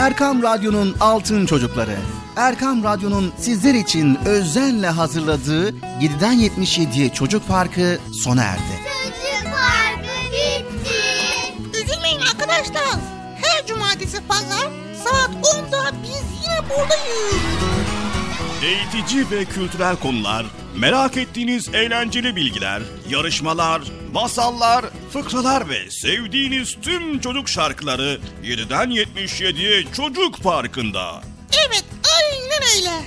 Erkam Radyo'nun Altın Çocukları. Erkam Radyo'nun sizler için özenle hazırladığı yediden yetmiş yediye Çocuk Parkı sona erdi. Çocuk Parkı bitti. Üzülmeyin arkadaşlar. Her cumartesi pazar saat onda biz yine buradayız. Eğitici ve kültürel konular, merak ettiğiniz eğlenceli bilgiler, yarışmalar, masallar, fıkralar ve sevdiğiniz tüm çocuk şarkıları yediden yetmiş yediye Çocuk Parkı'nda. Evet, aynen öyle.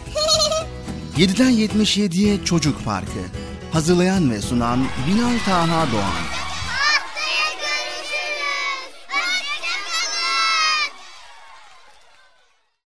yediden yetmiş yediye Çocuk Parkı. Hazırlayan ve sunan Bilal Taha Doğan.